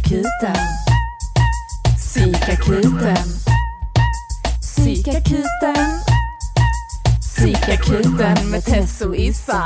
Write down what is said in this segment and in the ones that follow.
Psykakuten. Psykakuten. Psykakuten. Psykakuten med Tess och Issa.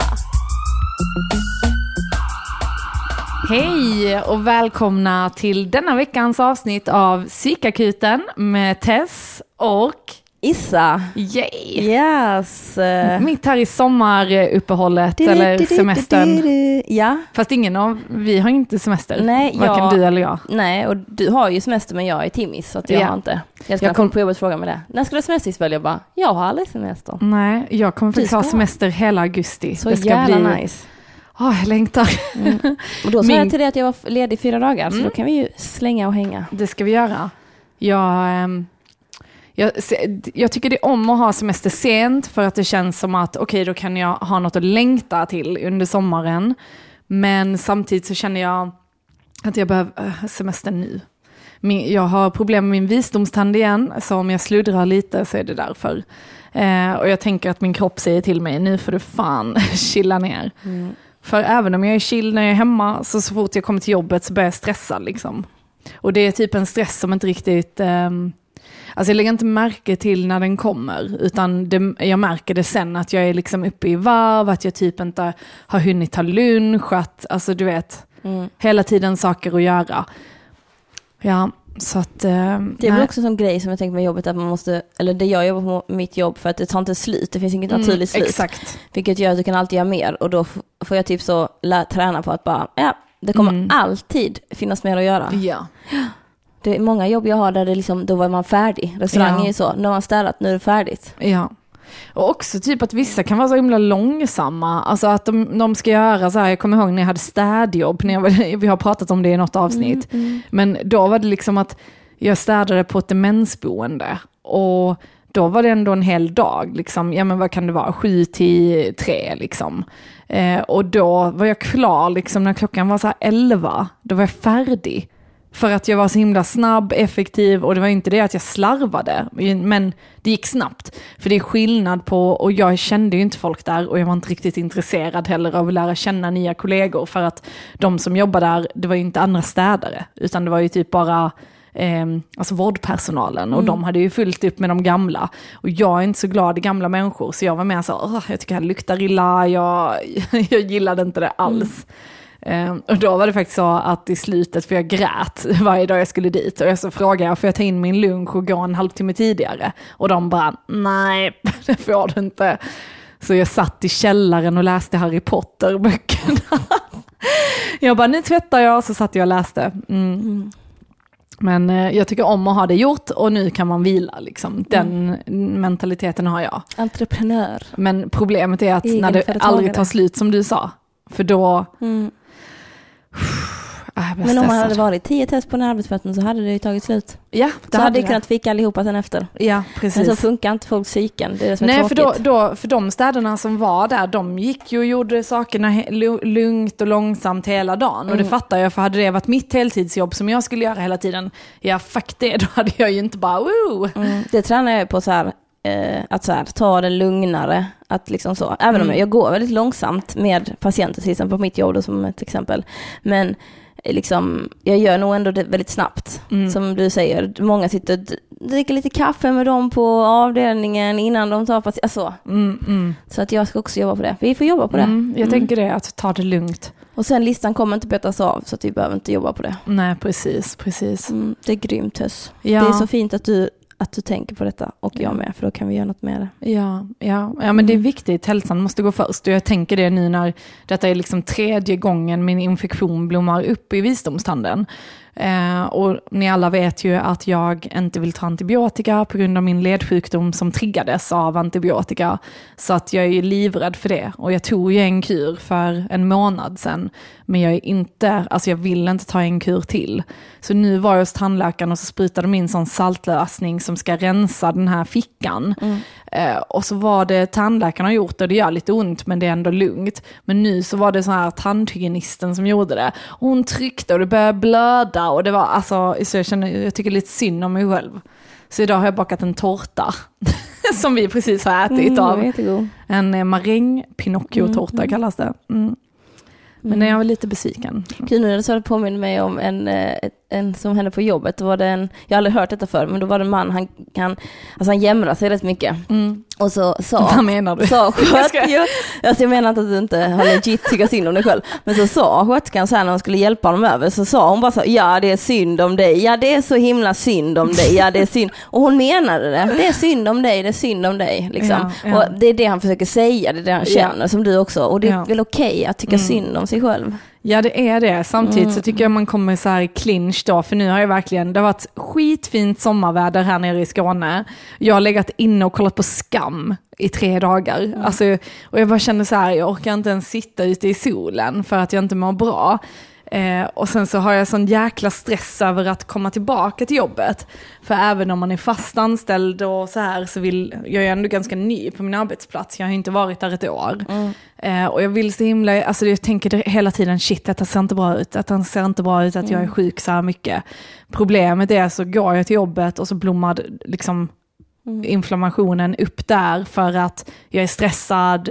Hej och välkomna till denna veckans avsnitt av Psykakuten med Tess och Issa. Yay! Yes. Mitt här i sommaruppehållet eller semestern. Ja. Fast vi har inte semester. Nej, varken du eller jag. Nej, och du har ju semester men jag är timmis så att jag har inte. Jag kom på jobbet och fråga mig det. När ska du semester Isabel? Jag bara, jag har aldrig semester. Nej, jag kommer faktiskt ha semester hela augusti. Så det ska jävla nice. Jag längtar. Och då sa jag till dig att jag var ledig 4 dagar så då kan vi ju slänga och hänga. Det ska vi göra. Jag tycker det är om att ha semester sent för att det känns som att okej, då kan jag ha något att längta till under sommaren. Men samtidigt så känner jag att jag behöver semester nu. Jag har problem med min visdomstand igen, så om jag sluddrar lite så är det därför. Och jag tänker att min kropp säger till mig, nu får du fan chilla ner. För även om jag är chill när jag är hemma, så fort jag kommer till jobbet så börjar jag stressa liksom. Och det är typ en stress som inte riktigt... Alltså jag lägger inte märke till när den kommer, utan jag märker det sen att jag är liksom uppe i varv, att jag typ inte har hunnit ta lunch, att, alltså du vet, hela tiden saker att göra. Ja, så att... det är väl också en sån grej som jag tänker med jobbet, att man måste, eller det jag jobbar på mitt jobb, för att det tar inte slut, det finns inget naturligt slut. Exakt. Vilket gör att du kan alltid göra mer, och då får jag typ så träna på att bara, det kommer alltid finnas mer att göra. Ja. Det är många jobb jag har där det liksom, då var man färdig. Restaurangen är ju så, nu har man städat, nu är det färdigt. Ja. Och också typ att vissa kan vara så himla långsamma. Alltså att de ska göra så här, jag kommer ihåg när jag hade städjobb, vi har pratat om det i något avsnitt. Men då var det liksom att jag städade på ett demensboende. Och då var det ändå en hel dag. Liksom, ja men vad kan det vara? 7 till 3 liksom. Och då var jag klar liksom när klockan var så här 11. Då var jag färdig. För att jag var så himla snabb, effektiv, och det var inte det att jag slarvade, men det gick snabbt. För det är skillnad på, och jag kände ju inte folk där och jag var inte riktigt intresserad heller av att lära känna nya kollegor, för att de som jobbar där, det var ju inte andra städare, utan det var ju typ bara alltså vårdpersonalen, och de hade ju fullt upp med de gamla. Och jag är inte så glad i gamla människor, så jag var med så, jag tycker det luktar illa, jag gillade inte det alls. Och då var det faktiskt så att i slutet, för jag grät varje dag jag skulle dit, och så frågade jag, får jag ta in min lunch och gå en halvtimme tidigare? Och de bara, nej, det får du inte. Så jag satt i källaren och läste Harry Potter-böckerna. Jag bara, nu tvättar jag, och så satt jag och läste. Men jag tycker om att ha det gjort, och nu kan man vila liksom. Den mentaliteten har jag. Entreprenör. Men problemet är att när det aldrig tar slut, som du sa, för då... Men om man hade varit 10 test på den här arbetsplatsen så hade det ju tagit slut. Ja, så hade det kunnat fika allihopa sen efter. Ja, precis. Men så funkar inte folks psyken. Det är det som är tråkigt. Nej, för de städerna som var där, de gick ju och gjorde sakerna lugnt och långsamt hela dagen. Och det fattar jag, för hade det varit mitt heltidsjobb som jag skulle göra hela tiden, ja fuck det, då hade jag ju inte bara woo. Det tränar jag på så här, att så här, ta det lugnare, att liksom så, även om jag går väldigt långsamt med patienter till exempel på mitt jobb då, som ett exempel, men liksom, jag gör nog ändå det väldigt snabbt. Som du säger, många sitter och dricker lite kaffe med dem på avdelningen innan de tar patienter, alltså. Så att jag ska också jobba på det. Vi får jobba på det. Jag tänker det, att ta det lugnt. Och sen listan kommer inte betas av, så att vi behöver inte jobba på det. Nej, precis. Det är grymt, Tess. Ja. Det är så fint att du tänker på detta, och jag med, för då kan vi göra något med det. Ja, men det är viktigt. Hälsan måste gå först. Och jag tänker det nu när detta är liksom 3:e gången min infektion blommar upp i visdomstanden. Och ni alla vet ju att jag inte vill ta antibiotika på grund av min ledsjukdom som triggades av antibiotika. Så att jag är livrädd för det. Och jag tog ju en kur för 1 månad sedan. Men jag vill inte ta en kur till. Så nu var jag hos tandläkaren och så sprutade de in sån saltlösning som ska rensa den här fickan. Och så var det tandläkaren har gjort det, och det gör lite ont, men det är ändå lugnt. Men nu så var det så här tandhygienisten som gjorde det. Och hon tryckte och det började blöda, och det var alltså, så jag tycker lite synd om mig själv. Så idag har jag bakat en tårta som vi precis har ätit av. En maräng Pinocchio-tårta kallas det. Men jag var lite besviken. Gud, nu så det påminner mig om en som hände på jobbet. Då var det jag har aldrig hört detta förr, men då var det en man, han jämrade sig rätt mycket. Och så sa... Vad menar du? Jag menar inte att du inte har legit tycka synd om dig själv. Men så sa sköterskan så här när hon skulle hjälpa honom över, så sa hon bara så, ja det är synd om dig. Ja det är så himla synd om dig. Ja det är synd. Och hon menade det. Det är synd om dig, det är synd om dig. Liksom. Ja. Och det är det han försöker säga, det är det han känner, som du också. Och det är väl okej att tycka synd om sig själv. Ja det är det. Samtidigt så tycker jag man kommer så här clinch då, för nu har jag verkligen, det har varit skitfint sommarväder här nere i Skåne. Jag har legat inne och kollat på Skam i 3 dagar. Alltså, och jag bara kände så här, jag orkar inte ens sitta ute i solen för att jag inte mår bra. Och sen så har jag sån jäkla stress över att komma tillbaka till jobbet. För även om man är fast anställd och så här, så jag är ändå ganska ny på min arbetsplats. Jag har inte varit där ett år. Och jag vill så himla, alltså jag tänker hela tiden, shit, att det ser inte bra ut. Att det ser inte bra ut att jag är sjuk så här mycket. Problemet är så går jag till jobbet och så blommar liksom inflammationen upp där för att jag är stressad.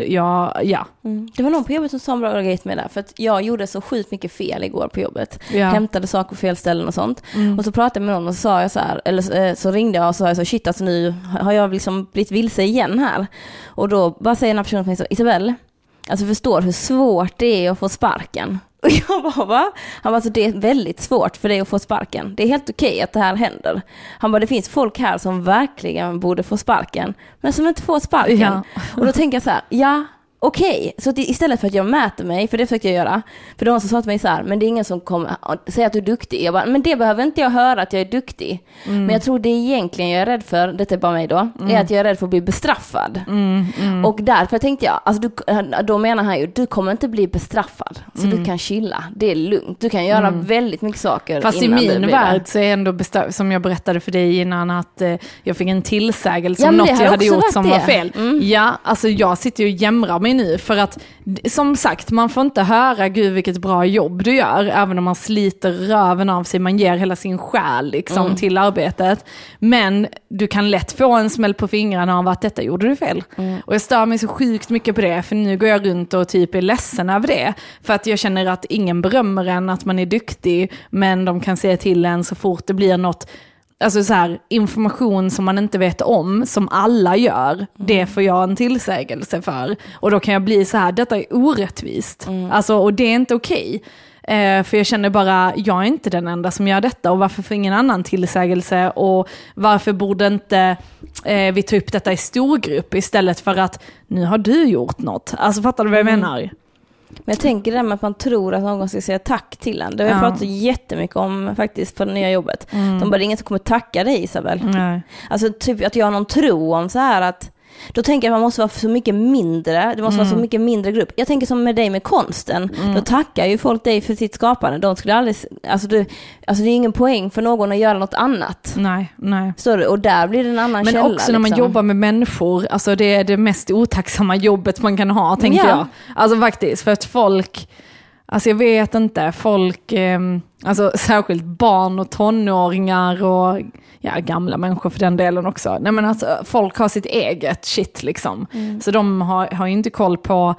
Det var någon på jobbet som sa en bra grej med det, för att jag gjorde så sjukt mycket fel igår på jobbet. Hämtade saker på fel ställen och sånt. Och så pratade jag med någon och så sa jag så här, eller så ringde jag och sa så shit, alltså nu har jag liksom blivit vilse igen här. Och då bara säger den här personen till mig så, Isabel, alltså förstår hur svårt det är att få sparken. Och jag bara, va? Han bara, alltså det är väldigt svårt för dig att få sparken. Det är helt okej att det här händer. Han bara, det finns folk här som verkligen borde få sparken, men som inte får sparken. Ja. Och då tänker jag så här, okej. Så istället för att jag mäter mig, för det försökte jag göra, för de som sa till mig så här, men det är ingen som kommer säga att du är duktig. Jag bara, men det behöver inte jag höra att jag är duktig. Men jag tror det egentligen jag är rädd för, detta är bara mig då, är att jag är rädd för att bli bestraffad. Och därför tänkte jag, alltså då menar han ju, du kommer inte bli bestraffad, så du kan chilla, det är lugnt, du kan göra väldigt mycket saker. Fast i min värld så är ändå som jag berättade för dig innan, att jag fick en tillsägelse om något jag hade gjort som var fel. Ja, alltså jag sitter ju och jämrar mig nu, för att som sagt, man får inte höra gud vilket bra jobb du gör, även om man sliter röven av sig, man ger hela sin själ liksom till arbetet, men du kan lätt få en smäll på fingrarna av att detta gjorde du fel. Och jag stör mig så sjukt mycket på det, för nu går jag runt och typ är ledsen över det, för att jag känner att ingen berömmer en att man är duktig, men de kan säga till en så fort det blir något, alltså så här, information som man inte vet om, som alla gör, det får jag en tillsägelse för. Och då kan jag bli så här, detta är orättvist. Alltså, och det är inte okej. För jag känner bara, jag är inte den enda som gör detta, och varför får ingen annan tillsägelse, och varför borde inte vi ta upp detta i stor grupp istället för att nu har du gjort något. Alltså fattar du vad jag menar? Men jag tänker det där med att man tror att någon ska säga tack till en. Det har jag pratat jättemycket om faktiskt på det nya jobbet. De bara, ingen som kommer tacka dig, Isabel. Nej. Alltså typ att jag har någon tro om så här att, då tänker jag att man måste vara så mycket mindre. Det måste vara så mycket mindre grupp. Jag tänker som med dig med konsten. Då tackar ju folk dig för sitt skapande. De skulle aldrig, alltså det är ingen poäng för någon att göra något annat. Nej. Så, och där blir det en annan källa. Men också när man jobbar med människor, alltså det är det mest otacksamma jobbet man kan ha, tänker jag. Alltså faktiskt, för att folk, alltså jag vet inte, folk, alltså särskilt barn och tonåringar och gamla människor för den delen också. Nej men alltså, folk har sitt eget shit liksom. Så de har ju inte koll på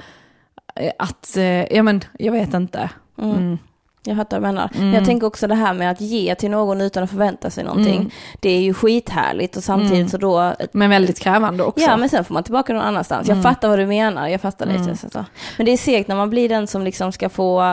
att, jag vet inte. Jag fattar vad du menar. Men jag tänker också det här med att ge till någon utan att förvänta sig någonting. Det är ju skithärligt, och samtidigt så då... Men väldigt krävande också. Ja, men sen får man tillbaka någon annanstans. Jag fattar vad du menar, jag fattar lite. Så. Men det är segt när man blir den som liksom ska få...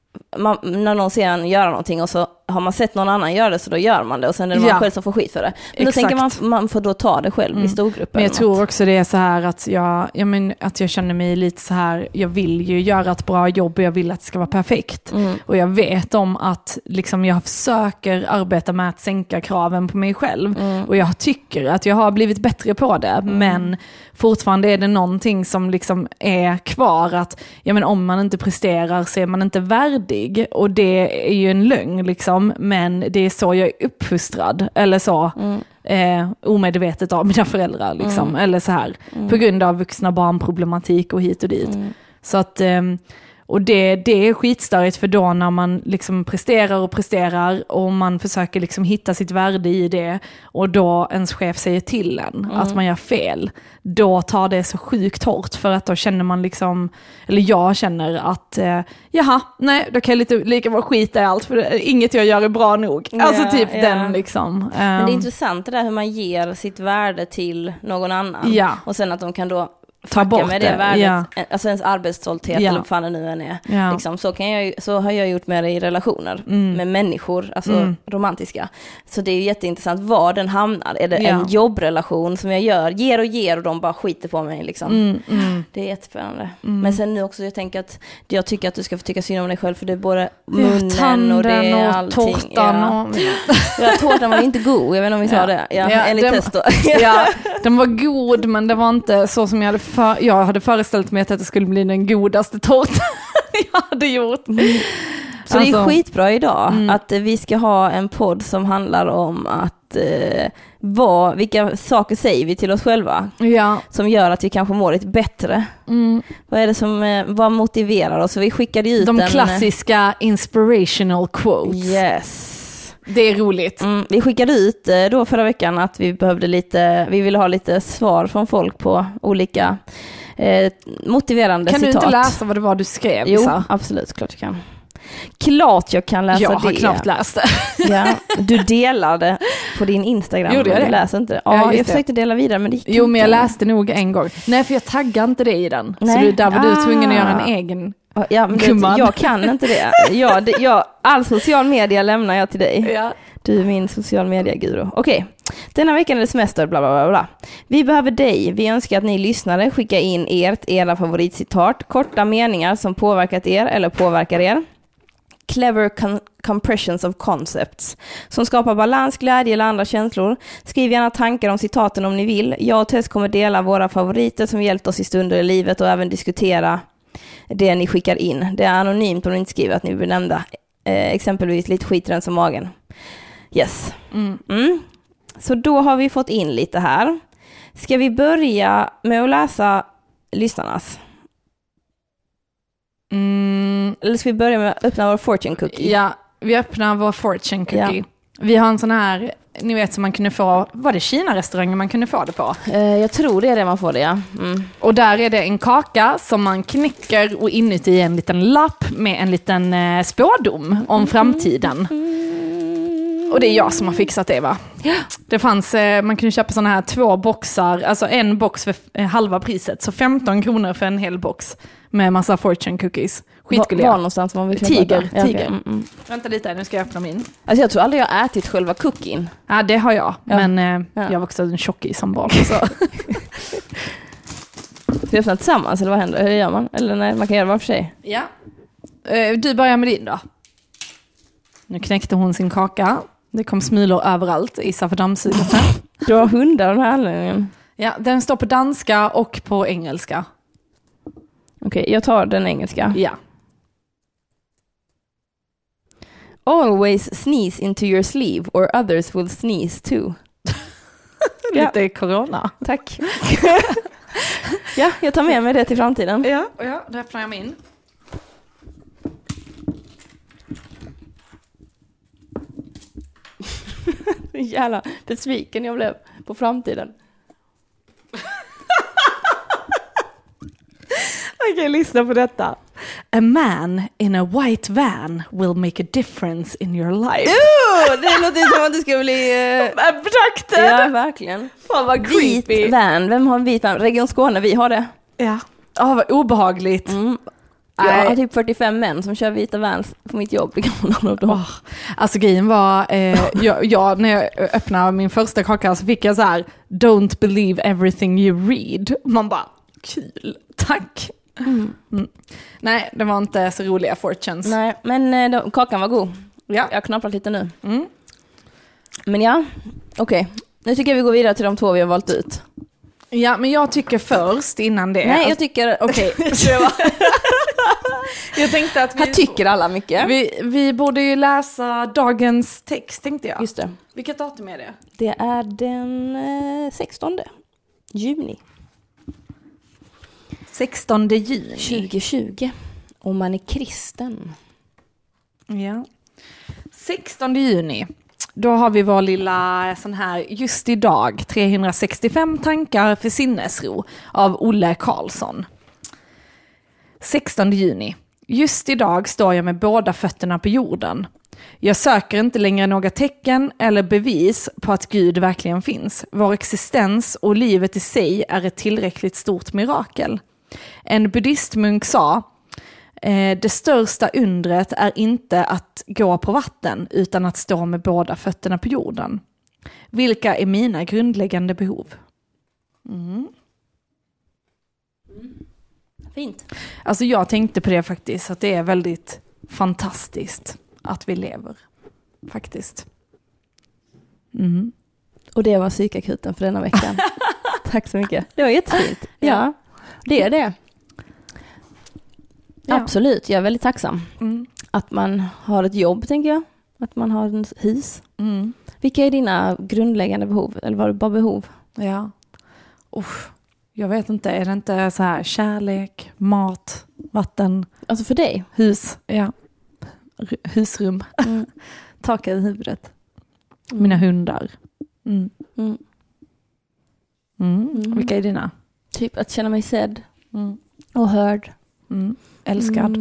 när någon ser en göra någonting och så har man sett någon annan göra det, så då gör man det, och sen är det man själv som får skit för det. Men då tänker man får då ta det själv i storgruppen. Men jag tror också det är så här att att jag känner mig lite så här, jag vill ju göra ett bra jobb och jag vill att det ska vara perfekt. Och jag vet om att liksom jag försöker arbeta med att sänka kraven på mig själv. Och jag tycker att jag har blivit bättre på det, men fortfarande är det någonting som liksom är kvar, att om man inte presterar så är man inte värdig, och det är ju en lögn liksom. Men det är så jag är uppfostrad, eller så omedvetet av mina föräldrar liksom, eller så här, på grund av vuxna barnproblematik och hit och dit. Så att, Och det är skitstörigt för då när man liksom presterar och man försöker liksom hitta sitt värde i det och då ens chef säger till en att man gör fel. Då tar det så sjukt hårt för att då känner man liksom, eller jag känner att då kan jag lika bra skita i allt för inget jag gör är bra nog. Alltså typ den liksom. Men det är intressant det där hur man ger sitt värde till någon annan och sen att de kan då ta bort med det värdet, alltså ens arbetsstolthet eller vad fan det nu än är. Liksom, så har jag gjort med det i relationer med människor, alltså romantiska. Så det är ju jätteintressant var den hamnar. Är det en jobbrelation som jag ger och de bara skiter på mig liksom. Det är jättespännande. Men sen nu också, jag tycker att du ska få tycka synd om dig själv för det är både munnen och det är allting. Tårtan tårtan var inte god, jag vet inte om vi sa det. Enligt test då. Den var god men det var inte så som jag hade föreställt mig att det skulle bli den godaste tårtan jag hade gjort. Så det är skitbra idag att vi ska ha en podd som handlar om att vilka saker säger vi till oss själva som gör att vi kanske mår lite bättre. Vad är det som vad motiverar oss? Så vi skickade ut de klassiska inspirational quotes. Yes. Det är roligt. Vi skickade ut då förra veckan att vi ville ha lite svar från folk på olika motiverande citat. Kan du inte läsa vad det var du skrev? Jo, absolut, klart jag kan. Klart jag kan läsa det. Jag har knappt läst det. Du delade på din Instagram. Gjorde jag det? Du läser inte det. Ja, jag försökte dela vidare men det gick inte. Men jag läste nog en gång. Nej, för jag taggade inte det i den. Nej. Så där var du tvungen att göra en egen. Ja, men jag kan inte det. All social media lämnar jag till dig. Ja. Du är min social media-guru. Okej, denna veckan är det semester, bla bla bla bla. Vi behöver dig. Vi önskar att ni lyssnare skickar in era favoritcitat, korta meningar som påverkat er eller påverkar er. Clever compressions of concepts som skapar balans, glädje eller andra känslor. Skriv gärna tankar om citaten om ni vill. Jag och Tess kommer dela våra favoriter som hjälpt oss i stunder i livet och även diskutera det ni skickar in. Det är anonymt om ni inte skriver att ni vill nämna exempelvis lite skitrens om magen. Yes. Så då har vi fått in lite här. Ska vi börja med att läsa lyssnarnas? Eller ska vi börja med att öppna vår fortune cookie? Ja, vi öppnar vår fortune cookie. Ja. Vi har en sån här, ni vet som man kunde få, var det Kina-restaurangen man kunde få det på? Jag tror det är det man får det, ja. Och där är det en kaka som man knäcker och inuti en liten lapp med en liten spådom om framtiden. Och det är jag som har fixat det, va? Ja. Det fanns, man kunde köpa såna här 2 boxar, alltså en box för halva priset, så 15 kronor för en hel box med massa fortune cookies. Skitgulliga. Var någonstans man vill köpa Tiger. Ja, okay. Vänta lite, nu ska jag öppna min. Alltså jag tror aldrig jag har ätit själva cookien. Ja, det har jag. Ja. Men jag var också en tjockis som barn. Så. Ska vi öppna tillsammans eller vad händer? Hur gör man? Eller nej, man kan göra var för sig. Ja. Du börjar med din då. Nu knäckte hon sin kaka. Det kom smulor överallt i safferdamssugelsen. Du har hundar den här anledningen. Ja, den står på danska och på engelska. Okej, jag tar den engelska. Ja. Always sneeze into your sleeve or others will sneeze too. Lite corona. Tack. Ja, jag tar med mig det till framtiden. Ja, då öppnar jag min. Jävla besviken jag blev på framtiden. Okej, lyssna på detta. A man in a white van will make a difference in your life. Det låter som att du ska bli abducted. Ja, verkligen. Fan vad creepy. Vit van, vem har en vit van? Region Skåne, vi har det. Ja. Vad obehagligt. Jag har typ 45 män som kör vita vans på mitt jobb. Alltså grejen var, jag när jag öppnade min första kaka så fick jag så här: don't believe everything you read. Man bara, kul, tack. Nej, det var inte så roliga fortunes. Nej, men kakan var god. Ja. Jag har knapprat lite nu. Men ja, okej. Nu tycker jag vi går vidare till de 2 vi har valt ut. Ja, men jag tycker först innan det. Nej, jag tycker... Okej. Jag tänkte att här tycker alla mycket. Vi borde ju läsa dagens text, tänkte jag. Just det. Vilket datum är det? Det är den 16 juni. 16 juni 2020. Om man är kristen. Ja. 16 juni. Då har vi vår lilla sån här, just idag, 365 tankar för sinnesro av Olle Karlsson. 16 juni. Just idag står jag med båda fötterna på jorden. Jag söker inte längre några tecken eller bevis på att Gud verkligen finns. Vår existens och livet i sig är ett tillräckligt stort mirakel. En buddhistmunk sa: det största undret är inte att gå på vatten utan att stå med båda fötterna på jorden. Vilka är mina grundläggande behov? Fint. Alltså jag tänkte på det faktiskt, att det är väldigt fantastiskt att vi lever. Faktiskt. Och det var psykakuten för denna veckan. Tack så mycket. Det var jättefint. Ja, det är det. Ja. Absolut, jag är väldigt tacksam. Att man har ett jobb, tänker jag. Att man har en hus. Vilka är dina grundläggande behov? Eller var det bara behov? Ja. Jag vet inte, är det inte så här kärlek, mat, vatten? Alltså för dig? Hus, ja. Husrum. Tak över huvudet. Mina hundar. Vilka är dina? Typ att känna mig sedd. Och hörd. Älskad.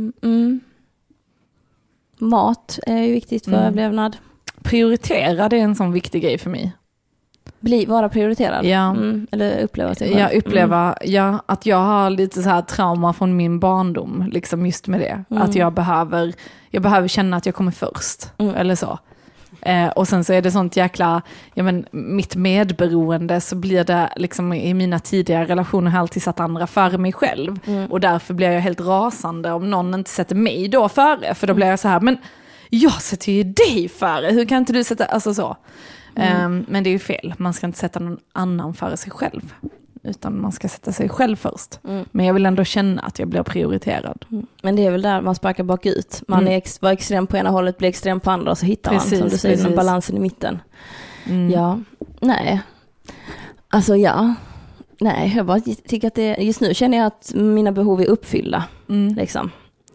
Mat är ju viktigt för överlevnad. Prioritera, det är en sån viktig grej för mig. Vara prioriterad. Ja. Eller uppleva sig själv. Ja, att jag har lite så här trauma från min barndom, liksom just med det. Att jag behöver känna att jag kommer först. Eller så. Och sen så är det sånt jäkla, mitt medberoende, så blir det liksom i mina tidigare relationer har alltid satt andra före mig själv. Och därför blir jag helt rasande om någon inte sätter mig då före. För då blir jag så här, men jag sätter ju dig före. Hur kan inte du sätta, alltså så. Men det är ju fel. Man ska inte sätta någon annan före sig själv. Utan man ska sätta sig själv först. Men jag vill ändå känna att jag blir prioriterad. Men det är väl där man sparkar bakut. Man var extrem på ena hållet, blir extrem på andra, och så hittar man, som du säger, den balansen i mitten. Ja, nej. Alltså nej, jag bara tycker att just nu känner jag att mina behov är uppfyllda. Liksom.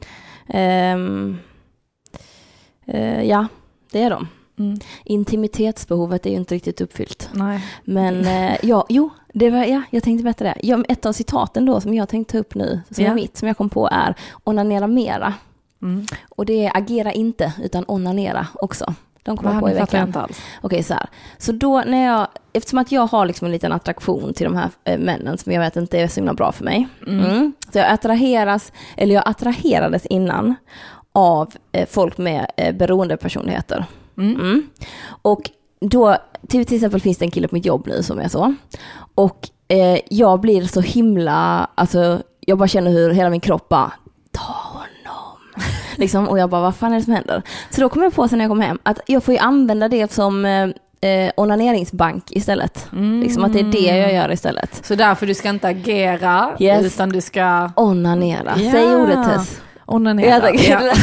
Ja, det är de. Intimitetsbehovet är ju inte riktigt uppfyllt. Nej. Men jag tänkte berätta det. Ett av citaten då som jag tänkte ta upp nu, som jag kom på, är onanera mera. Och det är agera inte, utan onanera också. De kommer på i veckan. Okej, så här. Så då eftersom att jag har liksom en liten attraktion till de här männen som jag vet inte är så himla bra för mig. Så jag attraherades innan av folk med beroendepersonligheter. Och då till exempel finns det en kille på mitt jobb nu som är så. Och jag blir så himla, alltså jag bara känner hur hela min kropp bara, ta honom. Liksom, och jag bara, vad fan är det som händer? Så då kom jag på sen när jag kom hem att jag får ju använda det som onaneringsbank istället. Liksom att det är det jag gör istället. Så därför du ska inte agera, utan du ska onanera. Säg ordet, Tess. Onanera.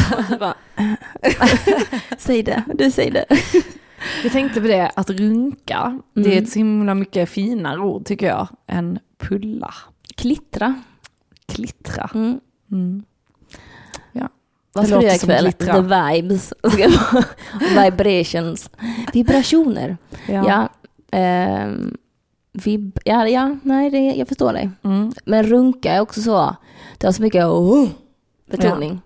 Säg det, du säger det. Jag tänkte på det, att runka, det är ett så himla mycket finare ord tycker jag än pulla. Klittra. Ja. Vad ska du göra ikväll? The vibes. Vibrations. Vibrationer. Jag förstår dig. Men runka är också så. Det har så mycket betoning.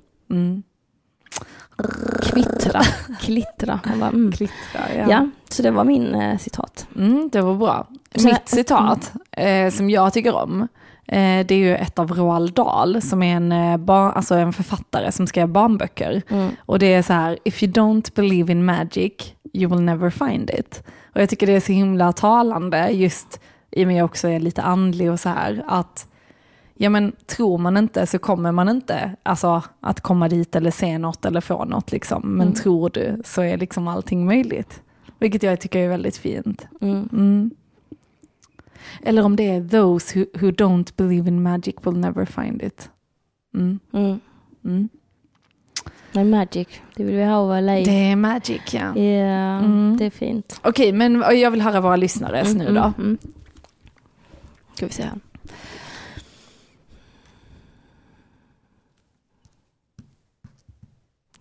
Klittra. Ja, så det var min citat. Det var bra. Mitt citat som jag tycker om, det är ju ett av Roald Dahl som är en författare som skrev barnböcker. Och det är så här: if you don't believe in magic, you will never find it. Och jag tycker det är så himla talande, just i och med jag också är lite andlig och så här, att tror man inte så kommer man inte att komma dit eller se något eller få något liksom. Men tror du så är liksom allting möjligt. Vilket jag tycker är väldigt fint. Eller om det är those who don't believe in magic will never find it. Men magic, det vill vi ha vår liv. Det är magic, ja. Ja, det är fint. Okej, men jag vill höra våra lyssnares nu då. Ska vi se här.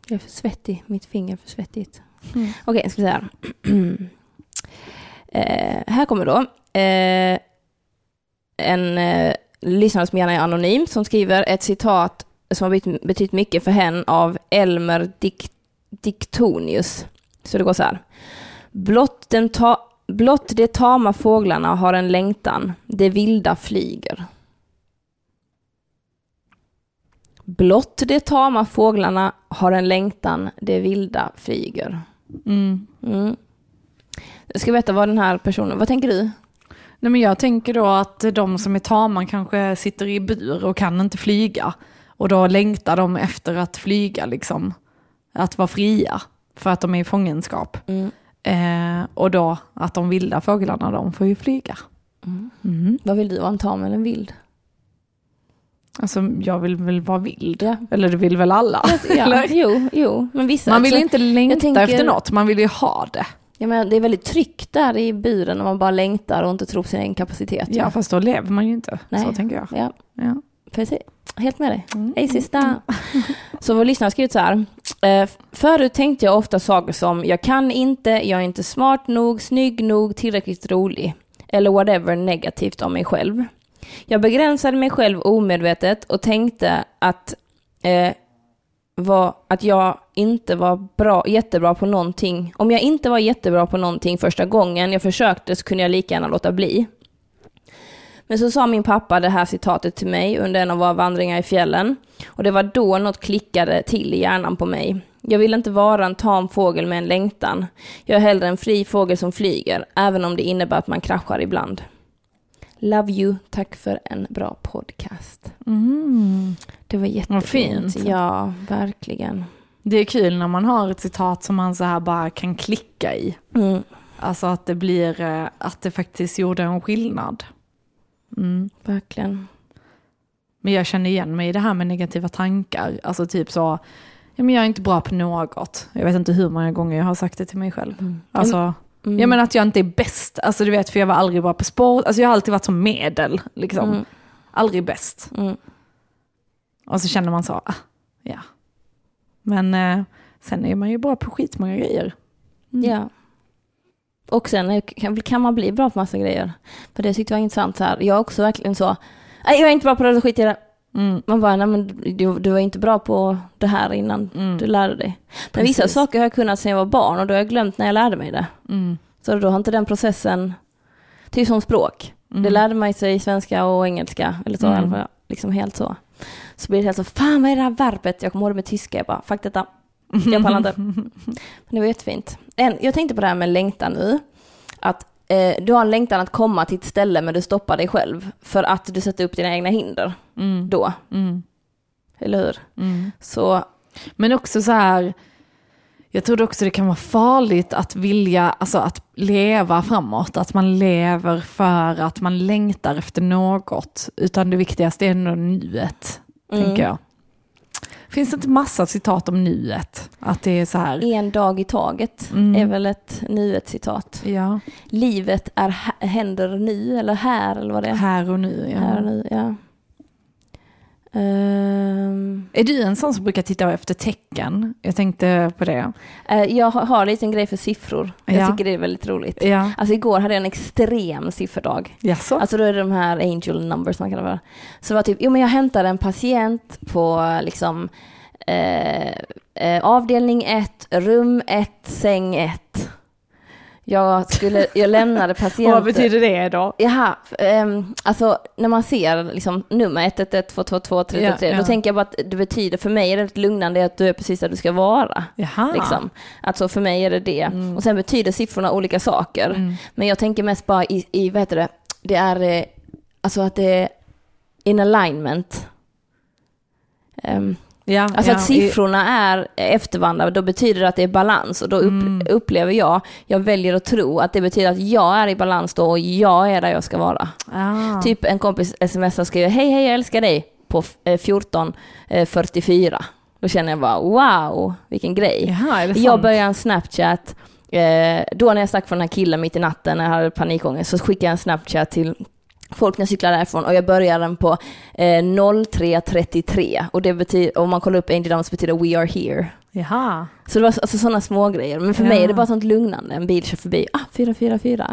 Jag är för svettig. Mitt finger är för svettigt. Okej, ska vi se här. Här kommer då en lyssnare som gärna är anonym som skriver ett citat som har betytt mycket för henne av Elmer Diktonius. Så det går så här. Blott de tama fåglarna har en längtan, de vilda flyger. Blott de tama fåglarna har en längtan, de vilda flyger. Jag ska veta vad den här personen, vad tänker du? Nej, men jag tänker då att de som är tama kanske sitter i bur och kan inte flyga. Och då längtar de efter att flyga, liksom. Att vara fria för att de är i fångenskap. Och då att de vilda fåglarna, de får ju flyga. Vad vill du, vara en tam eller en vild? Alltså jag vill väl vara vild. Ja. Eller det vill väl alla. Ja, jo. Men vissa, man vill inte längta efter något, man vill ju ha det. Ja, men det är väldigt tryggt där i buren när man bara längtar och inte tror på sin egen kapacitet. Ja, fast då lever man ju inte. Nej. Så tänker jag. Ja. Precis. Helt med dig. Hej sista. Så vår lyssnare har skrivit så här. Förut tänkte jag ofta saker som jag kan inte, jag är inte smart nog, snygg nog, tillräckligt rolig. Eller whatever negativt om mig själv. Jag begränsade mig själv omedvetet och tänkte att jag inte var jättebra på någonting. Om jag inte var jättebra på någonting första gången jag försökte så kunde jag lika gärna låta bli. Men så sa min pappa det här citatet till mig under en av våra vandringar i fjällen. Och det var då något klickade till i hjärnan på mig. Jag vill inte vara en tam fågel med en längtan. Jag är hellre en fri fågel som flyger, även om det innebär att man kraschar ibland. Love you, tack för en bra podcast. Det var jättefint. Ja, verkligen. Det är kul när man har ett citat som man så här bara kan klicka i. Alltså att det blir, att det faktiskt gjorde en skillnad. Verkligen. Men jag känner igen mig i det här med negativa tankar. Alltså typ så, ja, men jag är inte bra på något. Jag vet inte hur många gånger jag har sagt det till mig själv. Alltså, jag menar att jag inte är bäst. Alltså du vet, för jag var aldrig bra på sport. Alltså jag har alltid varit som medel, liksom. Aldrig bäst. Och så känner man så, ja. Men sen är man ju bra på skitmånga grejer. Ja. Och sen kan man bli bra på massa grejer. För det tyckte jag var intressant så här. Jag är också verkligen så, nej jag är inte bra på det, skit i det. Man bara, nej men du var inte bra på det här innan du lärde dig. Men vissa saker har jag kunnat sedan jag var barn och då har jag glömt när jag lärde mig det. Så då har inte den processen, typ som språk. Det lärde mig sig i svenska och engelska eller så, i alla fall, liksom helt så. Så blir det helt så, fan vad är det här verbet? Jag kommer ihåg det med tyska, jag bara, fuck detta. Jag pallar inte. Men det var jättefint. Jag tänkte på det här med längtan nu. Att du har en längtan att komma till ett ställe men du stoppar dig själv. För att du sätter upp dina egna hinder. Då. Eller hur? Så. Men också så här. Jag tror också det kan vara farligt att vilja, alltså att leva framåt. Att man lever för att man längtar efter något. Utan det viktigaste är ändå nuet, tänker jag. Finns det inte massa citat om nuet? Att det är så här. En dag i taget är väl ett nuet-citat. Ja. Livet händer nu, eller här, eller vad det är. Här och nu, ja. Här och nu, ja. Är du en sån som brukar titta efter tecken? Jag tänkte på det. Jag har en liten grej för siffror. Jag tycker det är väldigt roligt. Ja. Alltså igår hade jag en extrem sifferdag. Jaså? Alltså då är det de här angel numbers man kan vara. Så det var typ, men jag hämtade en patient på liksom avdelning 1, rum 1, säng 1. Jag lämnade patienten. Vad betyder det då? Jaha, alltså när man ser liksom nummer 111 222 333, då tänker jag bara att det betyder, för mig är det lugnande att du är precis där du ska vara. Liksom. Alltså för mig är det det. Och sen betyder siffrorna olika saker. Men jag tänker mest bara i vad heter det? Det är alltså att det är in alignment. Alltså att siffrorna är eftervandrande, då betyder det att det är balans, och då upplever jag väljer att tro att det betyder att jag är i balans då och jag är där jag ska vara. Typ en kompis smsar och skriver hej jag älskar dig på 14:44. Då känner jag bara wow, vilken grej. Jag börjar en Snapchat då när jag stack från den här killen mitt i natten när jag hade panikångest, så skickade jag en Snapchat till folk när jag cyklar därifrån och jag börjar den på 03:33 och det betyder, om man kollar upp Angel Downs betyder we are here. Jaha. Så det var alltså sådana små grejer. Men för mig är det bara sånt lugnande. En bil kör förbi. 444.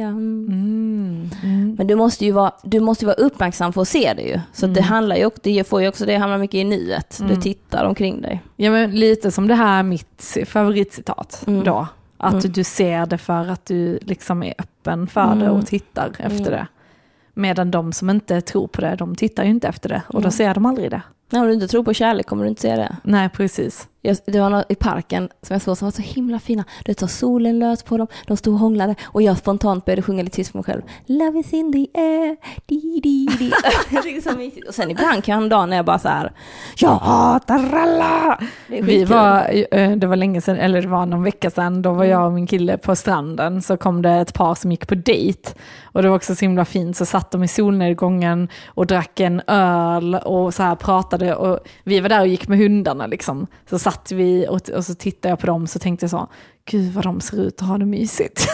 Men du måste ju vara uppmärksam för att se det ju. Så det handlar ju, det får ju också, det hamnar mycket i nuet. Du tittar omkring dig. Ja, men lite som det här mitt favoritcitat då. Att du ser det för att du liksom är öppen för det och tittar efter det. Medan de som inte tror på det, de tittar ju inte efter det. Och då ser de aldrig det. Nej, om du inte tror på kärlek kommer du inte se det. Nej, precis. Det var något i parken som jag såg som var så himla fina. Det tar solen lös på dem, de stod och hånglade och jag spontant började sjunga lite tyst för mig själv. Love is in the air, di. Jag tycker så mysigt. Och sen ibland kan jag en dag när jag bara så här, jag hatar alla. Det var länge sedan, eller det var någon vecka sedan, då var jag och min kille på stranden, så kom det ett par som gick på dejt och det var också så himla fint, så satt de i solnedgången och drack en öl och så här pratade och vi var där och gick med hundarna liksom. Så satt vi och så tittade jag på dem, så tänkte jag så, gud vad de ser ut att ha det mysigt.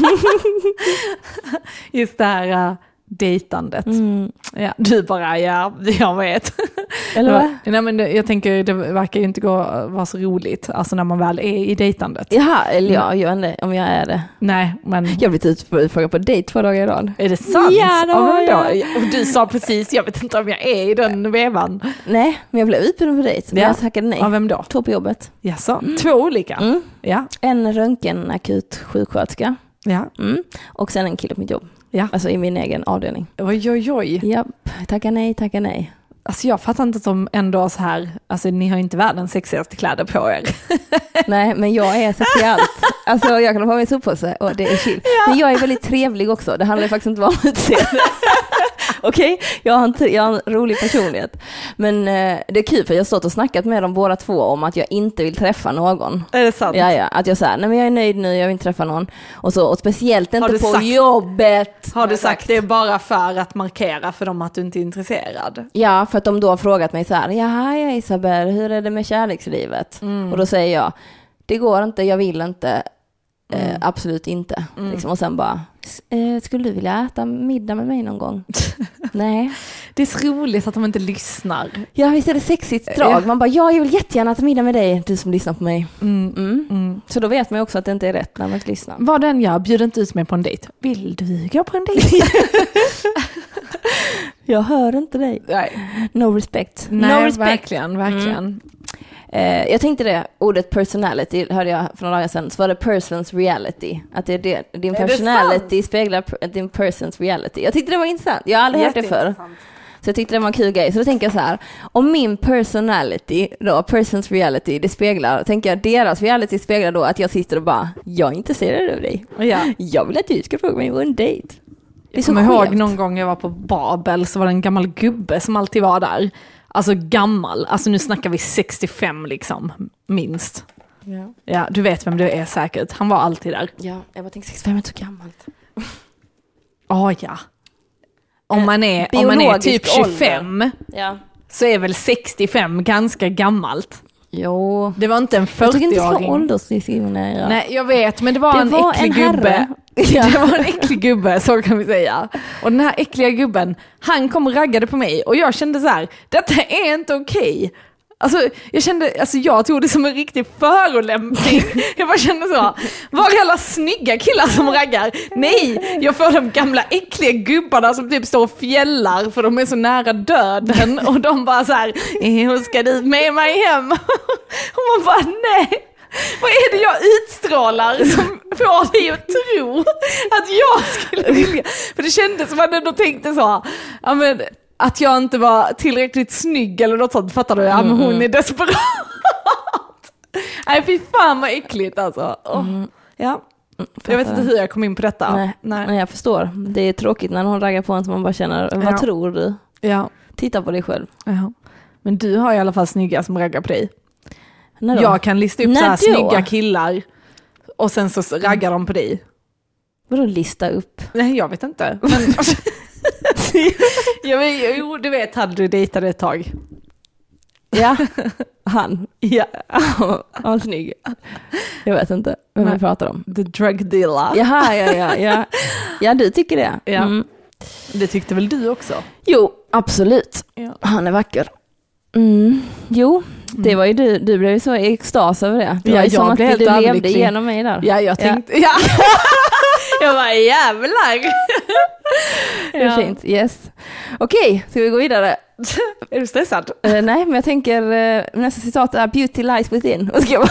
Just det här dejtandet. Ja, du bara, ja, jag vet. Eller vad? Nej, men jag tänker, det verkar ju inte vara så roligt, alltså när man väl är i dejtandet. Jaha, eller jag gör det, om jag är det. Nej, men... Jag har blivit utfrågad på dejt 2 dagar i rad. Är det sant? Ja, det var jag. Och du sa precis, jag vet inte om jag är i den vevan. Nej, men jag blev utbjuden på dejt. Men jag tackade nej. Av vem då? 2 på jobbet. Jaså, 2 olika? Ja. En röntgenakut sjuksköterska. Ja. Och sen en kille på mitt jobb. Ja. Alltså i min egen avdelning. Oj. Japp, tacka nej. Alltså jag fattar inte att de ändå så här, alltså ni har inte världens sexigaste kläder på er. Nej, men jag är sexig allt. Alltså jag kan ha på mig soppåse och det är chill. Ja. Men jag är väldigt trevlig också, det handlar faktiskt inte om utseende. Okej, jag har en rolig personlighet. Men det är kul för jag har stått och snackat med dem båda 2 om att jag inte vill träffa någon. Är det sant? Ja, att jag säger, nej men jag är nöjd nu, jag vill inte träffa någon. Och speciellt inte på jobbet. Har du sagt det bara för att markera för dem att du inte är intresserad? Ja, för att de då har frågat mig så här, ja Isabel, hur är det med kärlekslivet? Och då säger jag, det går inte, jag vill inte. Absolut inte. Liksom, och sen bara, skulle du vilja äta middag med mig någon gång? Nej. Det är så roligt att de inte lyssnar. Ja, visst är det sexigt drag. Man bara, jag vill jättegärna äta middag med dig, du som lyssnar på mig. Så då vet man ju också att det inte är rätt när man inte lyssnar. Vad den gör, bjuder inte ut mig på en dejt. Vill du gå på en dejt? Jag hör inte dig. Nej. No respect. Nej, no respect. Verkligen. Jag tänkte det, ordet personality hörde jag för några dagar sedan, så var det person's reality. Att din personality speglar din person's reality. Jag tyckte det var intressant. Jag har aldrig hört det förr. Så jag tyckte det var en kul grej. Så då tänker jag så här, om min personality, då, person's reality, det speglar, tänker jag deras reality speglar då att jag sitter och bara, jag är intresserad av dig. Ja. Jag vill att du ska fråga mig på en dejt. Jag kommer ihåg någon gång jag var på Babel, så var det en gammal gubbe som alltid var där. Alltså gammal, alltså nu snackar vi 65 liksom, minst. Ja, du vet vem du är säkert. Han var alltid där. Ja, jag bara tänkte 65 är så gammalt. Ja. Om man är typ 25 så är väl 65 ganska gammalt. Jo. Det var inte en 40-åring. Jag tycker inte så åldersdiskriminera. Nej, jag vet, men det var en äcklig gubbe. Ja. Det var en äcklig gubbe, så kan vi säga. Och den här äckliga gubben, han kom och raggade på mig. Och jag kände så här, detta är inte okej. Alltså jag tog det som en riktig förolämpning. Jag bara kände så, var alla snygga killar som raggar? Nej, jag får de gamla äckliga gubbarna som typ står och fjällar för de är så nära döden. Och de bara så här, hur ska du med mig hem? Och man bara, nej. Vad är det jag utstrålar som får dig att tro att jag skulle vilja? För det kändes som att jag ändå tänkte så, ja men, att jag inte var tillräckligt snygg eller något sånt, fattar du? Ja, men hon är desperat. Nej, fy fan vad äckligt alltså. Ja. Jag vet inte hur jag kom in på detta. Nej, jag förstår. Det är tråkigt när någon raggar på en som man bara känner, vad tror du? Ja. Titta på dig själv. Ja. Men du har i alla fall snygga som raggar på dig. Jag kan lista upp så här snygga killar och sen så raggar de på dig. Vadå lista upp? Nej, jag vet inte. Men, jo, du vet, hade du dejtade ett tag. Ja, han. Ja, han var snygg. Jag vet inte vem vi pratar om. The drug dealer. Jaha, ja. Ja, du tycker det. Ja. Det tyckte väl du också? Jo, absolut. Ja. Han är vacker. Jo, det var ju du blev ju så i extas över det. Det var ju som att du levde igenom mig där. Ja, jag tänkte... Ja. Jag var jävlar. Det är fint, yes. Okej, ska vi gå vidare? Är du stressad? Nej, men jag tänker nästa citat är beauty lies within. Vad ska jag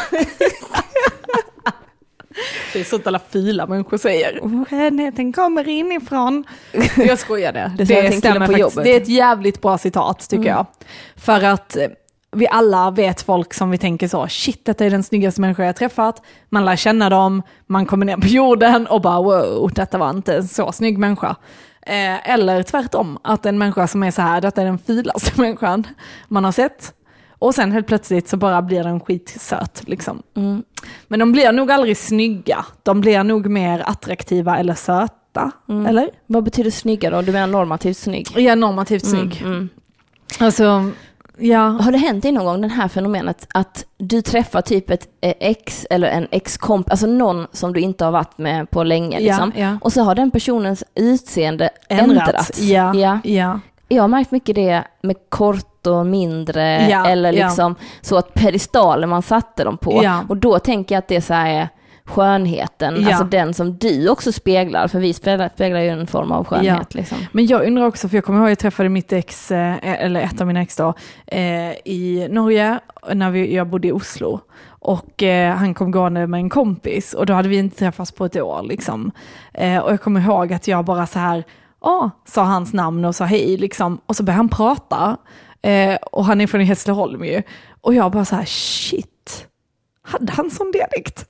Det är sånt alla fila människor säger. Skönheten kommer inifrån. Jag skojar det. Det stämmer på faktiskt. Jobbet. Det är ett jävligt bra citat tycker jag. För att vi alla vet folk som vi tänker så, shit, detta är den snyggaste människa jag träffat. Man lär känna dem, man kommer ner på jorden och bara wow, detta var inte en så snygg människa. Eller tvärtom, att en människa som är så här, detta är den filaste människan man har sett. Och sen helt plötsligt så bara blir den skitsöt liksom. Men de blir nog aldrig snygga. De blir nog mer attraktiva eller söta. Eller? Vad betyder snygga då? Du menar normativt snygg? Ja, normativt snygg. Alltså, ja. Har det hänt i någon gång den här fenomenet att du träffar typ ett ex eller en ex-komp, alltså någon som du inte har varit med på länge liksom. Ja. Och så har den personens utseende ändrats. Ja. Jag har märkt mycket det med kort och mindre eller liksom så att pedestaler man satte dem på. Och då tänker jag att det så här är skönheten, alltså den som du också speglar, för vi speglar ju en form av skönhet liksom. Men jag undrar också, för jag kommer ihåg att jag träffade mitt ex, eller ett av mina ex då, i Norge när jag bodde i Oslo, och han kom gående med en kompis och då hade vi inte träffats på ett år liksom. Och jag kommer ihåg att jag bara så här sa hans namn och sa hej liksom, och så började han prata och han är från Hässleholm ju, och jag bara så här, shit, hade han sån dialekt?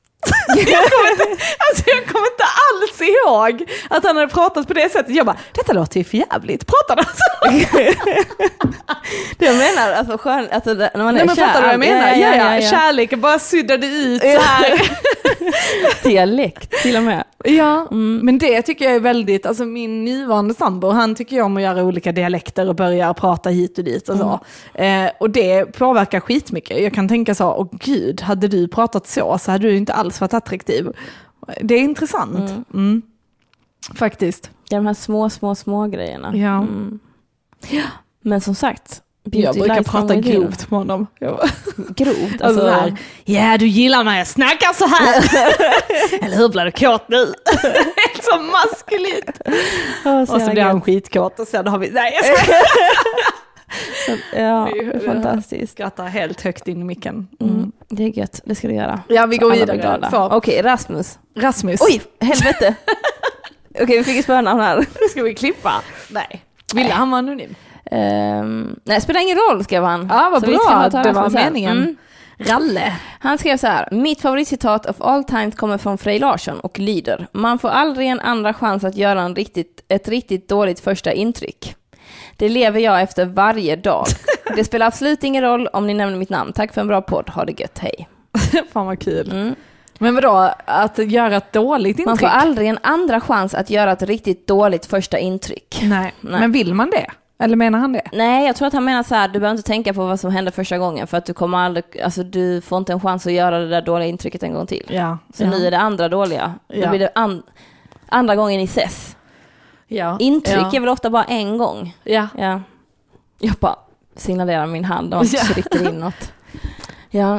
Jag kommer inte alls ihåg att han hade pratat på det sättet. Jag bara, detta låter ju för jävligt. Pratar han så? Det jag menar, alltså skön, alltså när man är kär. Fattar du vad jag menar? Ja. Kärleken bara suddade ut så här. Dialekt till och med. Ja, men det tycker jag är väldigt, alltså min nuvarande sambo, han tycker jag om att göra olika dialekter och börja prata hit och dit och så. Och det påverkar skitmycket. Jag kan tänka så, gud, hade du pratat så hade du inte alls varit attraktiv. Det är intressant. Faktiskt. Ja, de här små grejerna. Ja. Men som sagt, jag brukar prata grovt med honom. Grovt? Alltså så här, ja, du gillar mig, jag snackar så här. Eller hur, blir du kåt nu? Helt så maskulint. Och så blir han skitkåt och sen har vi... Nej, jag ska... Ja, fantastiskt. Skrattar helt högt in i micken. Det är gött, det ska du göra. Ja, vi går vidare. Okej, Rasmus. Oj, helvete. Okej, vi fick ett spörnamn här. Ska vi klippa? Nej. Ville han vara anonym? Nej, spelar ingen roll, skrev han. Ja, vad bra, det var meningen. Ralle. Han skrev så här: mitt favoritcitat of all time kommer från Frej Larsson och lyder: man får aldrig en andra chans att göra ett riktigt dåligt första intryck. Det lever jag efter varje dag. Det spelar absolut ingen roll om ni nämner mitt namn. Tack för en bra podd, ha det gött, hej. Fan vad kul. Men vadå, att göra ett dåligt intryck? Man får aldrig en andra chans att göra ett riktigt dåligt första intryck. Nej. Men vill man det? Eller menar han det? Nej, jag tror att han menar så här: du behöver inte tänka på vad som hände första gången, för att du kommer aldrig, alltså du får inte en chans att göra det där dåliga intrycket en gång till. Så nu är det andra dåliga. Då blir det andra gången i ses. Intryck är väl ofta bara en gång. Ja. Jag bara signalerar min hand och trycker in något. Ja.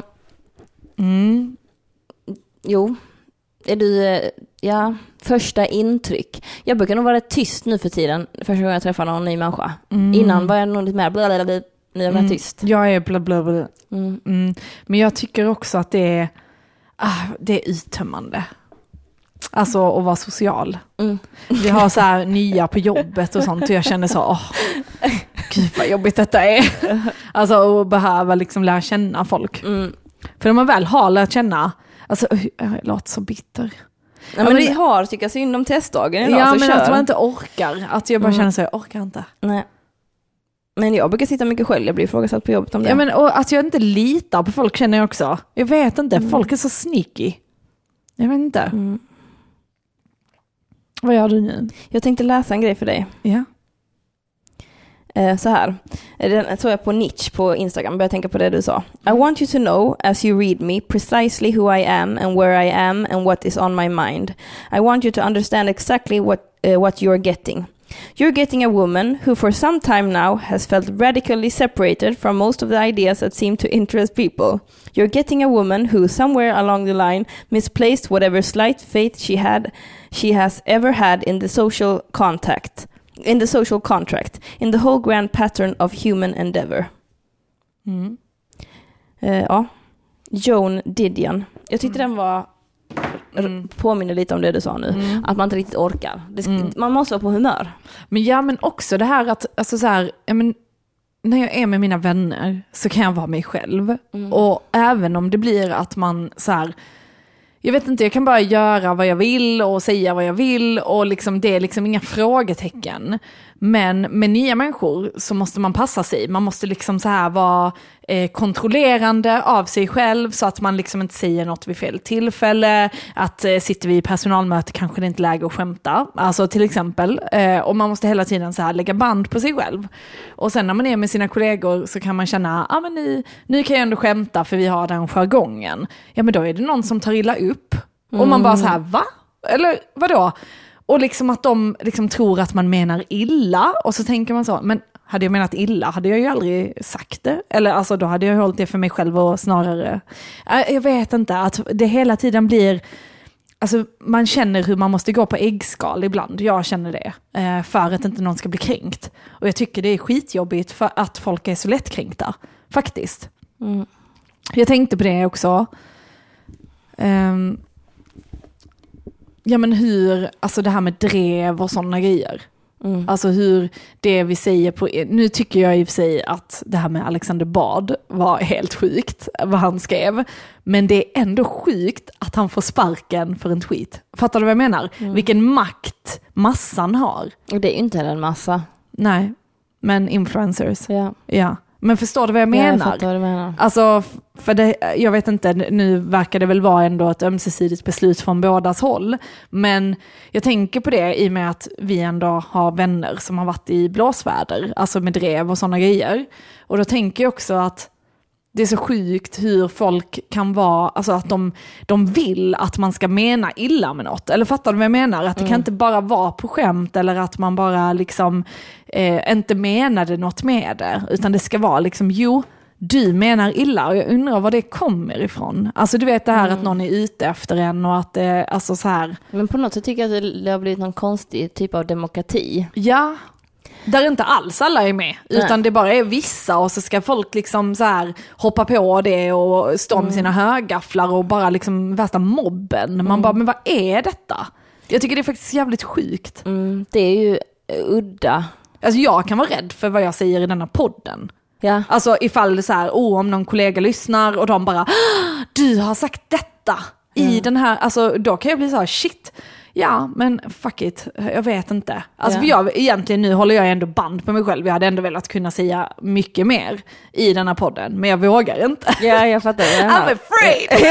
Jo. Är du... första intryck. Jag brukar nog vara tyst nu för tiden. Första gången jag träffar någon ny människa. Innan var jag nog lite mer blablabla. Nu är jag tyst. Jag är blablabla. Men jag tycker också att det är uttömmande. Alltså att vara social. Vi har så här nya på jobbet och sånt, och jag känner så, gud vad jobbigt detta är. Alltså att behöva liksom lära känna folk. För när man väl har lärt känna, alltså jag låter så bitter. Ja, men vi har tycker synd om testdagen idag. Ja, så men kör. att man inte orkar. Att jag bara känner så, jag orkar inte. Nej. Men jag brukar sitta mycket själv. Jag blir ifrågasatt på jobbet om det. Ja, men och att jag inte litar på folk känner jag också. Jag vet inte, folk är så sneaky. Jag vet inte. Vad gör du nu? Jag tänkte läsa en grej för dig. Ja. Så här. Den såg jag på Niche på Instagram. Började tänka på det du sa. I want you to know, as you read me, precisely who I am and where I am and what is on my mind. I want you to understand exactly what you are getting. You're getting a woman who for some time now has felt radically separated from most of the ideas that seem to interest people. You're getting a woman who somewhere along the line misplaced whatever slight faith she has ever had in the social contract, in the whole grand pattern of human endeavor. Joan Didion. Jag tyckte den var påminner lite om det du sa nu. Att man inte riktigt orkar. Man måste vara på humör. Men också det här att, alltså så här, när jag är med mina vänner så kan jag vara mig själv. Och även om det blir att man så här, jag vet inte, jag kan bara göra vad jag vill och säga vad jag vill och liksom, det är liksom inga frågetecken. Men med nya människor så måste man passa sig. Man måste liksom så här vara kontrollerande av sig själv så att man liksom inte säger något vid fel tillfälle. Att sitter vi i personalmöte kanske det inte är läge att skämta. Alltså till exempel. Och man måste hela tiden så här lägga band på sig själv. Och sen när man är med sina kollegor så kan man känna, men nu kan jag ändå skämta för vi har den jargongen. Ja, men då är det någon som tar illa upp. Och man bara så här, va? Eller vadå? Och liksom att de liksom tror att man menar illa. Och så tänker man så, men hade jag menat illa hade jag ju aldrig sagt det. Eller alltså då hade jag hållit det för mig själv och snarare, jag vet inte, att det hela tiden blir, alltså man känner hur man måste gå på äggskal ibland. Jag känner det. För att inte någon ska bli kränkt. Och jag tycker det är skitjobbigt för att folk är så lättkränkta. Faktiskt. Jag tänkte på det också. Ja, men hur, alltså det här med drev och sådana grejer. Alltså hur det vi säger på, nu tycker jag i och för sig att det här med Alexander Bard var helt sjukt vad han skrev, men det är ändå sjukt att han får sparken för en tweet. Fattar du vad jag menar? Vilken makt massan har. Och det är ju inte en massa. Nej, men influencers. Ja. Men förstår du vad jag menar? Jag fattar vad du menar. Alltså, för det, jag vet inte, nu verkar det väl vara ändå ett ömsesidigt beslut från bådas håll. Men jag tänker på det i och med att vi ändå har vänner som har varit i blåsväder, alltså med drev och sådana grejer. Och då tänker jag också att det är så sjukt hur folk kan vara, alltså att de vill att man ska mena illa med något. Eller fattar du vad jag menar? Att det kan inte bara vara på skämt eller att man bara liksom inte menade något med det. Utan det ska vara liksom, jo, du menar illa. Och jag undrar var det kommer ifrån. Alltså du vet det här att någon är ute efter en och att det, alltså så här. Men på något sätt tycker jag att det har blivit någon konstig typ av demokrati. Ja, där inte alls alla är med, utan det bara är vissa och så ska folk liksom så här hoppa på det och stå med sina högafflar och bara liksom värsta mobben. Man bara, men vad är detta? Jag tycker det är faktiskt jävligt sjukt. Det är ju udda. Alltså jag kan vara rädd för vad jag säger i denna podden. Ja. Alltså ifall det så här, om någon kollega lyssnar och de bara, du har sagt detta i den här, alltså då kan jag bli så här, shit. Ja, men fuck it. Jag vet inte. Alltså för jag, egentligen nu håller jag ändå band på mig själv. Jag hade ändå velat kunna säga mycket mer i den här podden. Men jag vågar inte. Ja, jag fattar. I'm afraid.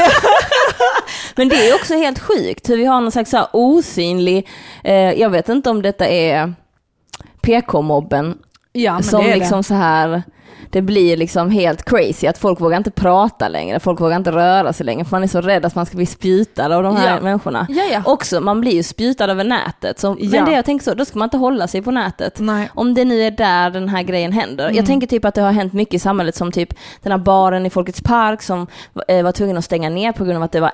Men det är också helt sjukt hur vi har någon slags så här osynlig, jag vet inte om detta är PK-mobben. Ja, men som det är liksom det. Så här, det blir liksom helt crazy att folk vågar inte prata längre, folk vågar inte röra sig längre för man är så rädd att man ska bli spjutad av de här människorna. Ja. Också, man blir ju spjutad över nätet. Så, men det jag tänker så, då ska man inte hålla sig på nätet. Nej. Om det nu är där den här grejen händer. Jag tänker typ att det har hänt mycket i samhället som typ den här baren i Folkets park som var tvungen att stänga ner på grund av att det var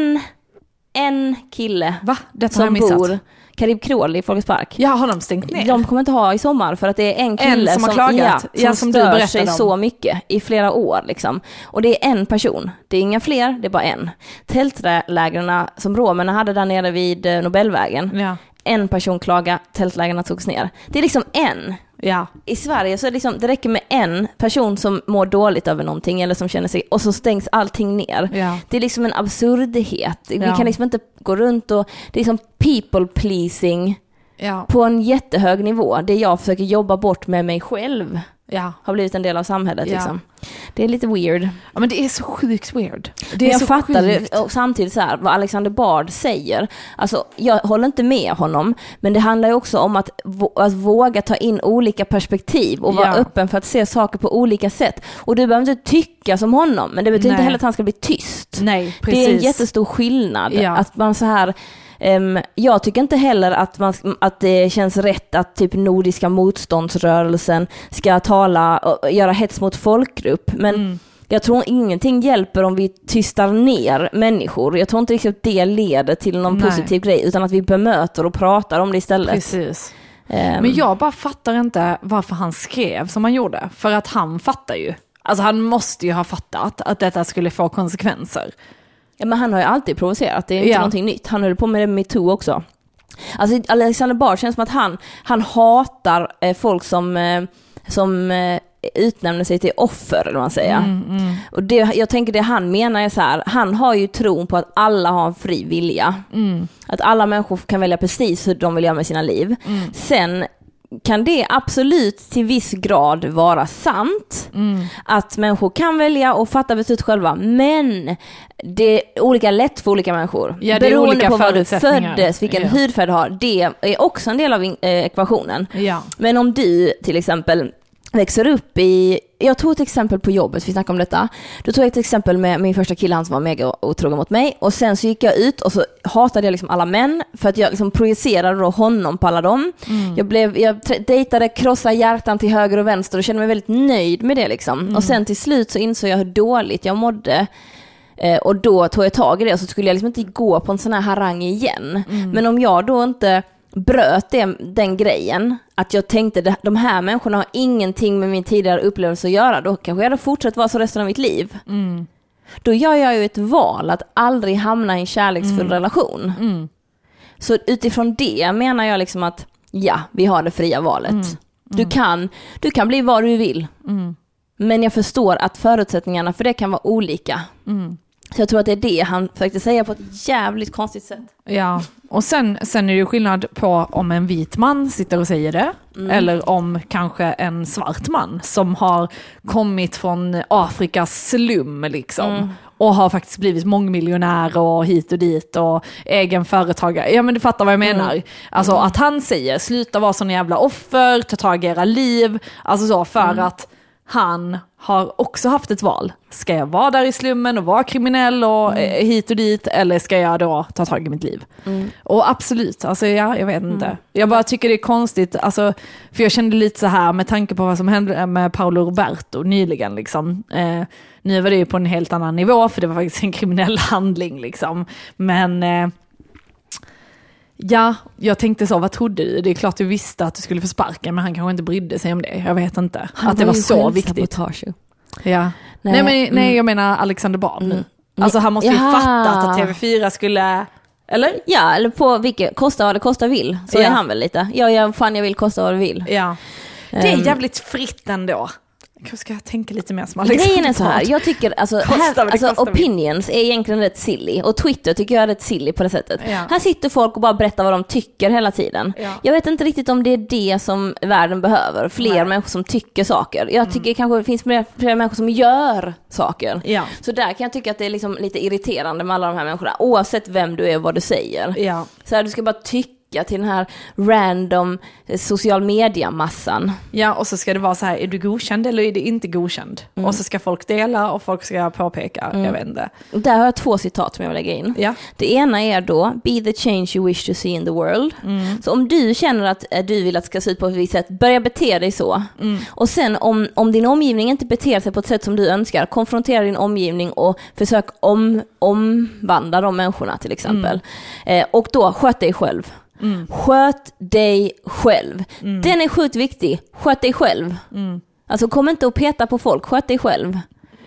en kille som bor Karib Krål i Folkets park. Ja, har de stängt ner? De kommer inte ha i sommar för att det är en kille som har klagat. Som stör sig så mycket i flera år liksom. Och det är en person. Det är inga fler, det är bara en. Tältlägren som romerna hade där nere vid Nobelvägen. Ja. En person klagar, tältlägren togs ner. Det är liksom en. Ja. I Sverige så är det, liksom, det räcker med en person som mår dåligt över någonting eller som känner sig, och så stängs allting ner. Ja. Det är liksom en absurdhet. Vi kan liksom inte gå runt och det är som people pleasing på en jättehög nivå. Det jag försöker jobba bort med mig själv har blivit en del av samhället liksom. Det är lite weird. Ja, men det är så sjukt weird. Det är jag så fattar sjukt. det, och samtidigt så här, vad Alexander Bard säger. Alltså, jag håller inte med honom, men det handlar ju också om att våga ta in olika perspektiv och vara öppen för att se saker på olika sätt. Och du behöver inte tycka som honom, men det betyder inte heller att han ska bli tyst. Nej, precis. Det är en jättestor skillnad. Att man så här Jag tycker inte heller att det känns rätt att typ Nordiska motståndsrörelsen ska göra hets mot folkgrupp, men jag tror ingenting hjälper om vi tystar ner människor. Jag tror inte riktigt att det leder till någon positiv grej, utan att vi bemöter och pratar om det istället. Precis. Men jag bara fattar inte varför han skrev som han gjorde. För att han fattar ju. Alltså han måste ju ha fattat att detta skulle få konsekvenser. Ja, men han har ju alltid provocerat. Det är inte någonting nytt. Han höll på med det med MeToo också. Alltså Alexander Bard känns som att han hatar folk som utnämner sig till offer, eller vad man säger. Och jag tänker det han menar är så här, han har ju tron på att alla har en fri vilja. Att alla människor kan välja precis hur de vill göra med sina liv. Sen kan det absolut till viss grad vara sant att människor kan välja och fatta beslut själva, men det är olika lätt för olika människor. Ja, det är beroende olika på var du föddes, vilken hudfärg du har. Det är också en del av ekvationen. Ja. Men om du till exempel växer upp jag tog ett exempel på jobbet, vi snackade om detta. Då tog jag ett exempel med min första kille, han som var mega otrogen mot mig. Och sen så gick jag ut och så hatade jag liksom alla män, för att jag liksom projicerade då honom på alla dem. Jag dejtade, krossade hjärtan till höger och vänster och kände mig väldigt nöjd med det liksom. Och sen till slut så insåg jag hur dåligt jag mådde. Och då tog jag tag i det, och så skulle jag liksom inte gå på en sån här harang igen. Men om jag då inte bröt den grejen, att jag tänkte de här människorna har ingenting med min tidigare upplevelse att göra, då kanske jag hade fortsatt vara så resten av mitt liv. Då gör jag ju ett val att aldrig hamna i en kärleksfull relation. Så utifrån det menar jag liksom att vi har det fria valet. Du kan bli vad du vill. Men jag förstår att förutsättningarna för det kan vara olika. Så jag tror att det är det han faktiskt säger på ett jävligt konstigt sätt. Ja, och sen är det ju skillnad på om en vit man sitter och säger det, eller om kanske en svart man som har kommit från Afrikas slum liksom, och har faktiskt blivit mångmiljonär och hit och dit och egen företagare. Ja, men du fattar vad jag menar. Alltså att han säger, sluta vara sån jävla offer, ta tag i era liv. Alltså så, för att han har också haft ett val. Ska jag vara där i slummen och vara kriminell och hit och dit, eller ska jag då ta tag i mitt liv? Och absolut, alltså jag vet inte. Jag bara tycker det är konstigt, alltså, för jag kände lite så här med tanke på vad som hände med Paolo Roberto nyligen liksom. Nu var det ju på en helt annan nivå, för det var faktiskt en kriminell handling liksom. Men ja, jag tänkte så, vad trodde du? Det är klart du visste att du skulle få sparken, men han kanske inte brydde sig om det. Jag vet inte. Att det var så viktigt. Ja. Nej, jag menar Alexander Bard nu. Alltså han måste ju fatta att TV4 skulle, eller? Ja, eller på vilket, kosta vad det kostar vill. Så är han väl lite. Jag vill kosta vad det vill. Ja. Det är jävligt fritt ändå. Jag ska tänka lite mer som Alexander. Grejen är så här, jag tycker opinions är egentligen rätt silly, och Twitter tycker jag är rätt silly på det sättet. Här sitter folk och bara berättar vad de tycker hela tiden. Jag vet inte riktigt om det är det som världen behöver, fler människor som tycker saker. Jag tycker kanske det finns fler människor som gör saker. Så där kan jag tycka att det är liksom lite irriterande med alla de här människorna, oavsett vem du är och vad du säger. Så här, du ska bara tycka till den här random social media-massan. Ja, och så ska det vara så här, är du godkänd eller är du inte godkänd? Och så ska folk dela och folk ska påpeka, jag vet inte. Där har jag 2 citat som jag vill lägga in. Det ena är då, be the change you wish to see in the world. Så om du känner att du vill att det ska se ut på ett visst sätt, börja bete dig så. Och sen om din omgivning inte beter sig på ett sätt som du önskar, konfrontera din omgivning och försök omvandla de människorna till exempel. Och då, sköt dig själv. Sköt dig själv. Den är sjukt viktig. Sköt dig själv. Alltså kom inte och peta på folk. Sköt dig själv.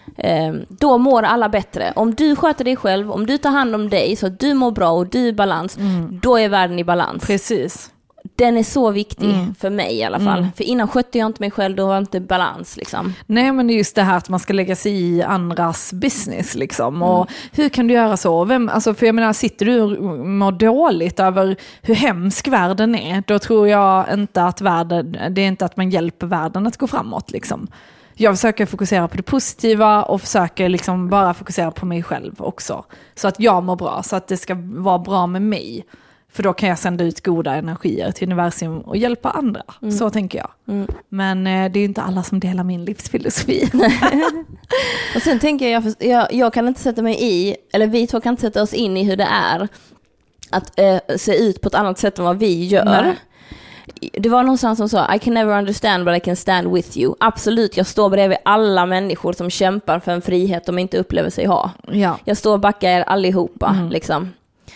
Då mår alla bättre. Om du sköter dig själv, om du tar hand om dig så att du mår bra och du är i balans, då är världen i balans. Precis. Den är så viktig för mig i alla fall. För innan skötte jag inte mig själv, då var det inte balans liksom. Nej, men det är just det här att man ska lägga sig i andras business liksom. Och hur kan du göra så? Alltså, för jag menar, sitter du och mår dåligt över hur hemsk världen är, då tror jag inte att det är inte att man hjälper världen att gå framåt liksom. Jag försöker fokusera på det positiva och försöker liksom bara fokusera på mig själv också. Så att jag mår bra, så att det ska vara bra med mig. För då kan jag sända ut goda energier till universum och hjälpa andra. Så tänker jag. Men det är inte alla som delar min livsfilosofi. Och sen tänker jag kan inte sätta mig i, eller vi två kan inte sätta oss in i hur det är att se ut på ett annat sätt än vad vi gör. Nej. Det var någonstans som sa I can never understand but I can stand with you. Absolut, jag står bredvid alla människor som kämpar för en frihet de inte upplever sig ha. Ja. Jag står och backar er allihopa liksom.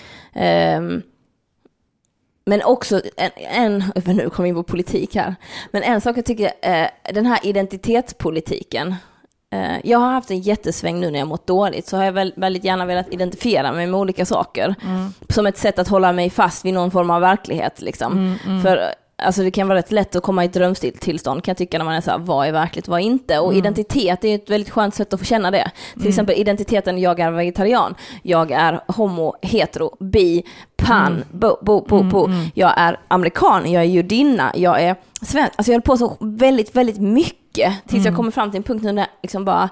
Men också nu kommer vi in på politik här. Men en sak jag tycker den här identitetspolitiken. Jag har haft en jättesväng nu när jag mått dåligt, så har jag väldigt gärna velat identifiera mig med olika saker som ett sätt att hålla mig fast vid någon form av verklighet liksom. För alltså det kan vara rätt lätt att komma i ett drömtillstånd, kan jag tycka, när man är så här, vad är verkligt, vad är inte? Och identitet är ett väldigt skönt sätt att få känna det. Till exempel identiteten, jag är vegetarian, jag är homo, hetero, bi, pan, jag är amerikan, jag är judinna, jag är svensk. Alltså jag höll på så väldigt, väldigt mycket tills jag kommer fram till en punkt när liksom bara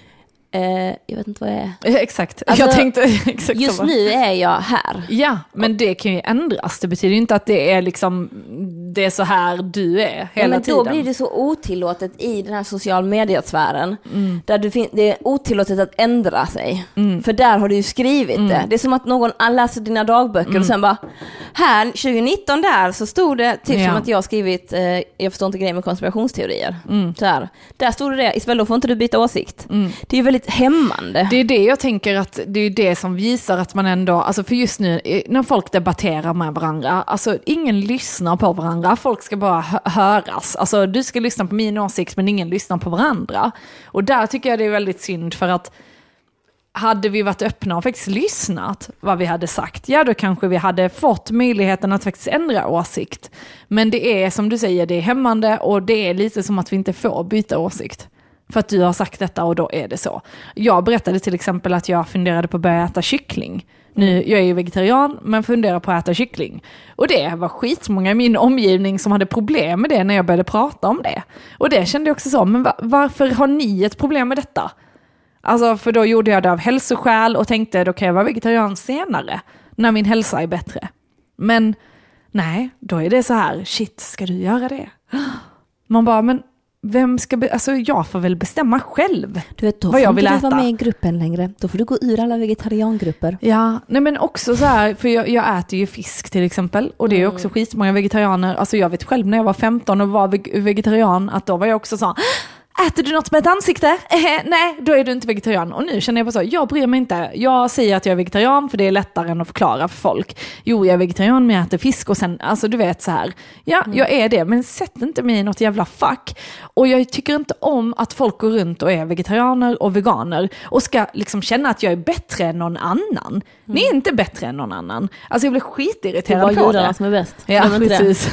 jag vet inte vad jag är. Exakt. Alltså, jag tänkte exakt just så. Nu är jag här. Ja, men det kan ju ändras. Det betyder ju inte att det är liksom det är så här du är hela tiden. Men då blir det så otillåtet i den här social mediesfären där det är otillåtet att ändra sig. För där har du ju skrivit det. Det är som att någon läser dina dagböcker och sen bara här 2019 där så stod det typ som att jag har skrivit jag förstår inte grejer med konspirationsteorier. Så här. Där stod det istället, då får inte du byta åsikt. Det är ju väldigt hämmande. Det är det jag tänker, att det är det som visar att man ändå, alltså för just nu när folk debatterar med varandra, alltså ingen lyssnar på varandra, folk ska bara höras. Alltså du ska lyssna på min åsikt men ingen lyssnar på varandra. Och där tycker jag det är väldigt synd, för att hade vi varit öppna och faktiskt lyssnat vad vi hade sagt, ja då kanske vi hade fått möjligheten att faktiskt ändra åsikt. Men det är som du säger, det är hämmande och det är lite som att vi inte får byta åsikt. För att du har sagt detta och då är det så. Jag berättade till exempel att jag funderade på att börja äta kyckling. Nu, jag är ju vegetarian men funderar på att äta kyckling. Och det var skitmånga i min omgivning som hade problem med det när jag började prata om det. Och det kände jag också så, men varför har ni ett problem med detta? Alltså för då gjorde jag det av hälsoskäl och tänkte då kan jag vara vegetarian senare när min hälsa är bättre. Men nej, då är det så här, shit, ska du göra det? Man bara, men vem ska alltså jag får väl bestämma själv. Du vet, då vad jag vill äta. Då får du vara med i gruppen längre. Då får du gå ur alla vegetariangrupper. Ja, nej men också så här, för jag äter ju fisk till exempel. Och det är också skitmånga vegetarianer. Alltså jag vet själv när jag var 15 och var vegetarian att då var jag också så, äter du något med ett ansikte? Nej, då är du inte vegetarian. Och nu känner jag bara så, jag bryr mig inte. Jag säger att jag är vegetarian för det är lättare än att förklara för folk. Jo, jag är vegetarian men jag äter fisk och sen, alltså du vet så här. Ja, jag är det, men sätt inte mig i något jävla fack. Och jag tycker inte om att folk går runt och är vegetarianer och veganer och ska liksom känna att jag är bättre än någon annan. Ni är inte bättre än någon annan. Alltså jag blir skitirriterad på det. Det var som är bäst. Ja, precis.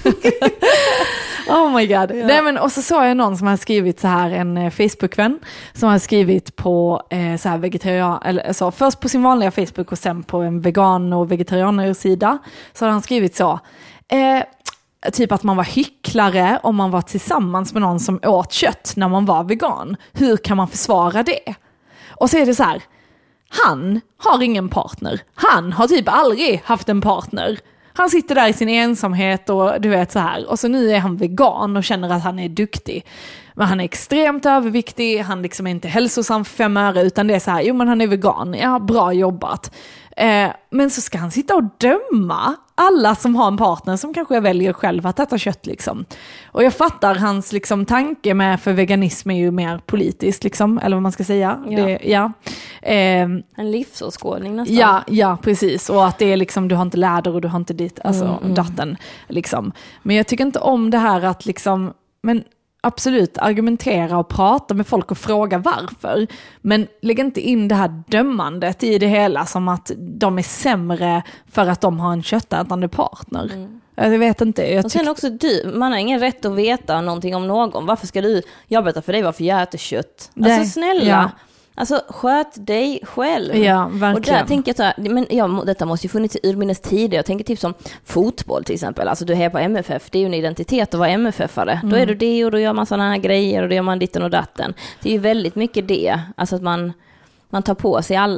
Oh my god. Ja. Nej, men, och så såg jag någon som har skrivit så här, en Facebook-vän som har skrivit på så här vegetarian, eller så, först på sin vanliga Facebook och sen på en vegan- och vegetarianer-sida så har han skrivit så typ att man var hycklare om man var tillsammans med någon som åt kött när man var vegan. Hur kan man försvara det? Och så är det så här, han har ingen partner. Han har typ aldrig haft en partner. Han sitter där i sin ensamhet och du vet så här. Och så nu är han vegan och känner att han är duktig. Men han är extremt överviktig. Han liksom är inte hälsosam för 5 öre utan det är så här, jo men han är vegan. Ja, bra jobbat. Men så ska han sitta och döma alla som har en partner som kanske väljer själv att äta kött liksom. Och jag fattar hans liksom tanke med, för veganism är ju mer politiskt liksom, eller vad man ska säga. Ja. Det, ja. En livsåskådning nästan. Ja, precis. Och att det är liksom, du har inte läder och du har inte dit, alltså datten liksom. Men jag tycker inte om det här att liksom, men absolut argumentera och prata med folk och fråga varför. Men lägg inte in det här dömandet i det hela som att de är sämre för att de har en köttätande partner. Jag vet inte. Och sen också man har ingen rätt att veta någonting om någon. Varför ska jag berätta för dig varför jag äter kött? Alltså snälla. Ja. Alltså sköt dig själv. Ja, verkligen. Och där tänker jag så här, men detta måste ju funnits i urminnes tider. Jag tänker typ som fotboll till exempel. Alltså du är på MFF, det är ju en identitet att vara MFF-are. Då är du det och då gör man sådana här grejer och då gör man ditten och datten. Det är ju väldigt mycket det. Alltså att man tar på sig alla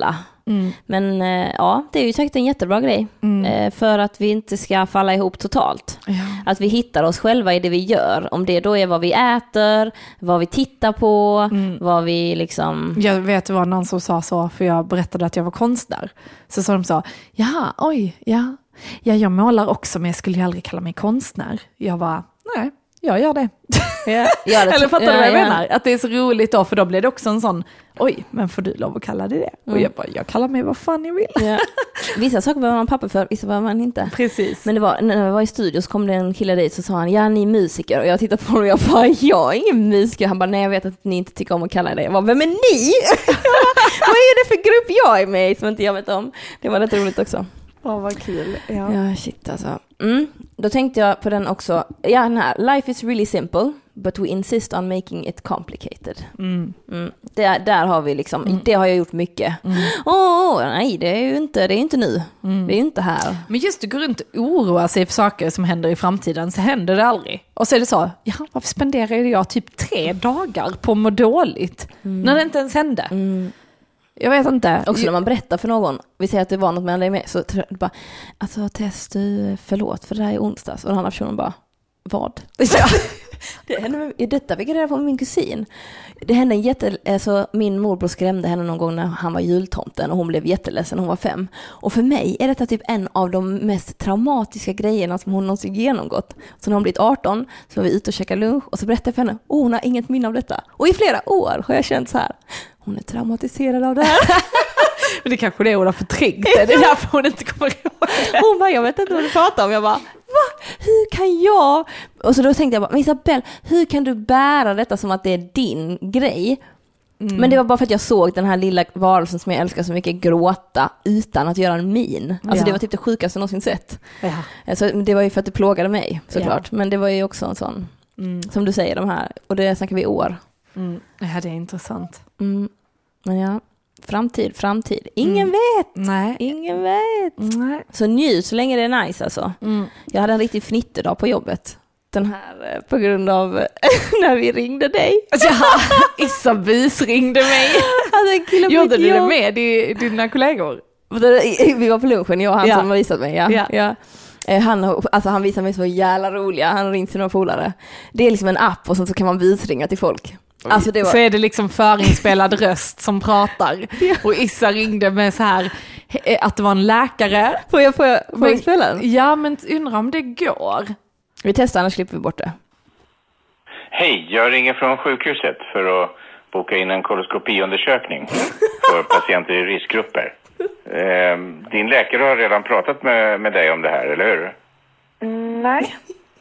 Men ja, det är ju säkert en jättebra grej. För att vi inte ska falla ihop totalt. Att vi hittar oss själva i det vi gör. Om det då är vad vi äter, vad vi tittar på, vad vi liksom... Jag vet det var någon som sa så, för jag berättade att jag var konstnär. Så sa de så, ja, jag målar också, men jag skulle ju aldrig kalla mig konstnär. Jag var, nej, jag gör det. Eller fattar du vad jag menar? Att det är så roligt då, för då blir det också en sån, men får du lov att kalla det det? Och jag kallar mig vad fan jag vill. Vissa saker behöver man papper för, vissa behöver man inte. Precis. Men det var, när jag var i studio så kom det en kille dit, så sa han, ja, ni är musiker. Och jag tittade på honom och jag bara, jag är ingen musiker. Han bara, nej, jag vet att ni inte tycker om att kalla det. Jag bara, vem är ni? Vad är det för grupp jag är med i som inte jag vet om? Det var rätt roligt också. Vad kul. Ja, shit alltså. Då tänkte jag på den också. Ja, den här. Life is really simple, but we insist on making it complicated. Där har vi liksom, det har jag gjort mycket. Nej, det är inte nu. Det är inte här. Men just du går runt och oroar sig för saker som händer i framtiden, så händer det aldrig. Och så är det så, varför spenderar jag typ 3 dagar på att må dåligt när det inte ens hände? Jag vet inte. Också när man berättar för någon, vi säger att det var något mellan dig med, så bara, alltså Tess, du, förlåt för det här i onsdags. Och den andra personen bara, vad? Det hände, detta fick jag reda på med min kusin. Det hände alltså min morbror skrämde henne någon gång när han var jultomten och hon blev jätteledsen när hon var 5. Och för mig är detta typ en av de mest traumatiska grejerna som hon någonsin genomgått. Så när hon blivit 18 så var vi ute och käkade lunch och så berättade jag för henne, hon har inget minne av detta. Och i flera år har jag känt så här, hon är traumatiserad av det här. Men det kanske det hon har förträngt. Det är därför hon inte kommer ihåg det. Hon bara, jag vet inte vad du pratar om. Jag bara, va? Hur kan jag? Och så då tänkte jag bara, men Isabel, hur kan du bära detta som att det är din grej? Men det var bara för att jag såg den här lilla varelsen som jag älskar så mycket gråta utan att göra en min. Alltså det var typ det sjukaste någonsin sett. Så det var ju för att det plågade mig, såklart. Men det var ju också en sån, som du säger, de här. Och det snackar vi år. Ja, det är intressant. Men ja, framtid. Ingen vet. Nej. Ingen vet. Nej. Så njut så länge det är nice alltså. Jag hade en riktig fnitterdag på jobbet. Den här på grund av när vi ringde dig. Ja, Isabis ringde mig. Alltså, gjorde du det med dina kollegor? Vi var på lunchen, jag och han som har visat mig. Ja. Han visar mig så jävla roliga. Han har ringt till några polare. Det är liksom en app och så kan man visringa till folk. Alltså så är det liksom förinspelad röst som pratar. Och Issa ringde med så här att det var en läkare. Får jag spela den? Ja, men undrar om det går. Vi testar, annars klipper vi bort det. Hej, jag ringer från sjukhuset för att boka in en koloskopiundersökning för patienter i riskgrupper. Din läkare har redan pratat med dig om det här, eller hur? Nej.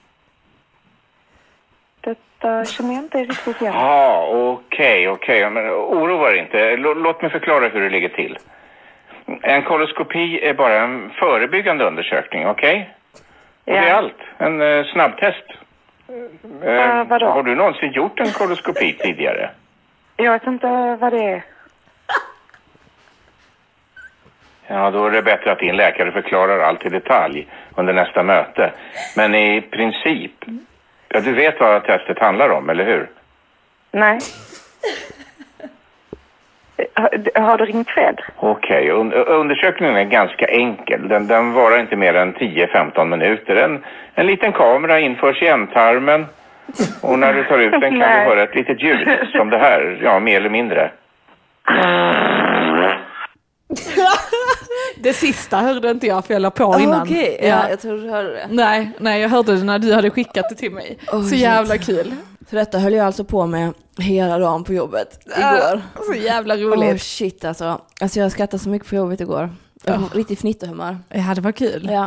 Detta känner jag inte riktigt igen. Ja, okej. Men oroa dig inte. Låt mig förklara hur det ligger till. En koloskopi är bara en förebyggande undersökning, okej? Och det är allt. En snabbtest. Vadå? Har du någonsin gjort en koloskopi tidigare? Jag vet inte vad det är. Ja, då är det bättre att din läkare förklarar allt i detalj under nästa möte. Men i princip, du vet vad testet handlar om, eller hur? Nej. Har du ringt fel? Okej, undersökningen är ganska enkel. Den varar inte mer än 10-15 minuter. En liten kamera införs i ändtarmen. Och när du tar ut den kan du höra ett litet ljud som det här, mer eller mindre. Det sista hörde inte jag, för jag la på innan. Okej, jag tror du hörde det. Nej, jag hörde det när du hade skickat det till mig. Så jävla kul. Så detta höll jag alltså på med hela dagen på jobbet igår. Så jävla roligt. Shit alltså. Alltså jag skrattade så mycket på jobbet igår. Jag var riktigt fnitterhumör. Ja, det var kul. Ja.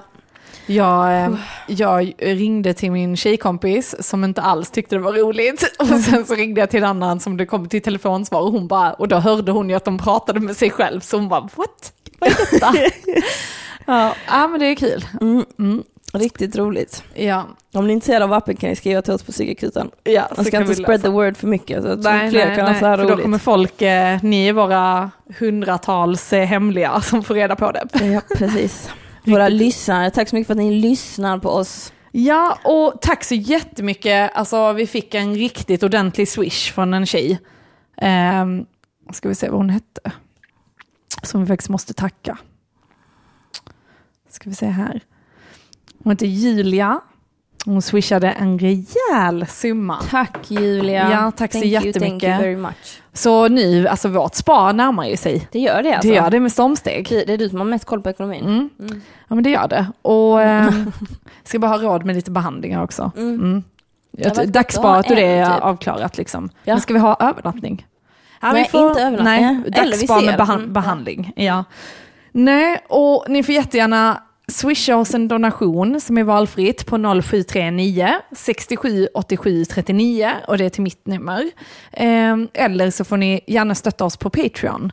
Jag ringde till min tjejkompis som inte alls tyckte det var roligt. Och sen så ringde jag till en annan som det kom till telefonsvar. Och då hörde hon ju att de pratade med sig själv. Så hon bara, what? Vad är detta? Ja, men det är kul. Riktigt roligt. Ja. Om ni är intresserade av appen kan ni skriva till oss på Psykakuten. Ja, man ska inte spread the word för mycket. Så att nej, fler kan ha så här för roligt. då kommer folk, ni är våra hundratals hemliga som får reda på det. Ja, precis. Våra lyssnare, tack så mycket för att ni lyssnar på oss. Ja, och tack så jättemycket. Alltså, vi fick en riktigt ordentlig swish från en tjej. Ska vi se vad hon hette. som vi faktiskt måste tacka. Ska vi se här. Hon heter Julia. Hon swishade en rejäl summa. Tack Julia. Ja, tack så jättemycket. Thank you very much. Så nu, alltså vårt spar närmar ju sig. Det gör det alltså. Det gör det med stormsteg. Det är du som har mest koll på ekonomin. Ja, men det gör det. Och ska bara ha råd med lite behandlingar också. Dagssparat och det är typ avklarat liksom. Ja. Men ska vi ha övernattning? Ja, Nej, inte övernattning. Nej, dagsspar med behandling. Ja. Nej, och ni får jättegärna swisha oss en donation som är valfritt på 0739 67 87 39 och det är till mitt nummer. Eller så får ni gärna stötta oss på Patreon.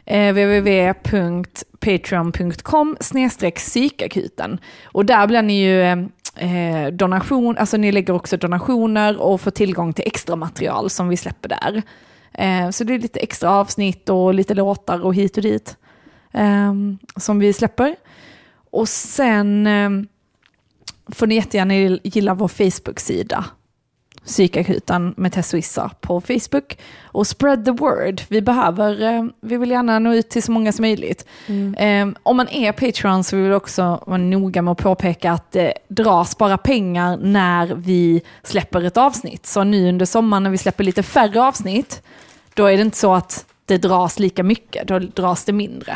www.patreon.com/psykakuten. Och där blir ni ju donation, alltså ni lägger också donationer och får tillgång till extra material som vi släpper där. Så det är lite extra avsnitt och lite låtar och hit och dit som vi släpper. Och sen får ni jättegärna gilla vår Facebook-sida. Psykakuten med Tess och Issa på Facebook. Och spread the word. Vi vill gärna nå ut till så många som möjligt. Om man är Patreon så vill vi också vara noga med att påpeka att det dras bara pengar när vi släpper ett avsnitt. Så nu under sommaren när vi släpper lite färre avsnitt, då är det inte så att det dras lika mycket. Då dras det mindre.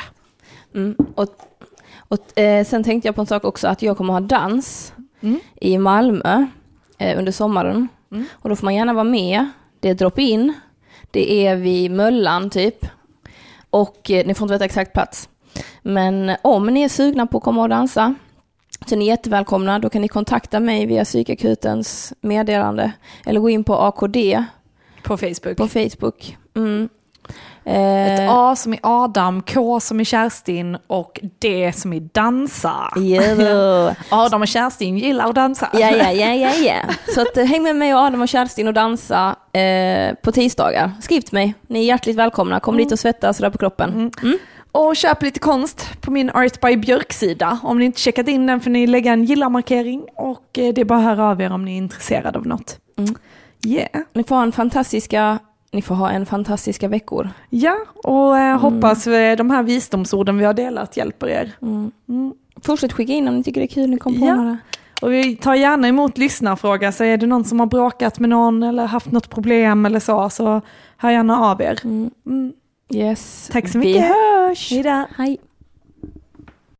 Och sen tänkte jag på en sak också, att jag kommer ha dans i Malmö under sommaren. Och då får man gärna vara med. Det är drop-in. Det är vid Möllan typ. Och ni får inte veta exakt plats. Men om ni är sugna på att komma och dansa så är ni jättevälkomna. Då kan ni kontakta mig via Psykakutens meddelande. Eller gå in på AKD. På Facebook. På Facebook. Ett A som är Adam, K som är Kerstin och D som är dansa. Yeah. Adam och Kerstin gillar att dansa. Ja. Så att, häng med mig och Adam och Kerstin och dansa på tisdagar. Skriv till mig. Ni är hjärtligt välkomna. Kom dit och svettas där på kroppen. Och köp lite konst på min Art by Björk-sida. Om ni inte checkat in den får ni lägga en gilla-markering. Och det är bara att höra av er om ni är intresserade av något. Yeah. Ni får ha en fantastiska veckor. Ja, och hoppas de här visdomsorden vi har delat hjälper er. Fortsätt skicka in om ni tycker det är kul ni kom på några. Och vi tar gärna emot lyssnarfråga. Så är det någon som har bråkat med någon eller haft något problem eller så hör gärna av er. Yes. Tack så mycket. Vi hörs. Hejdå. Hej.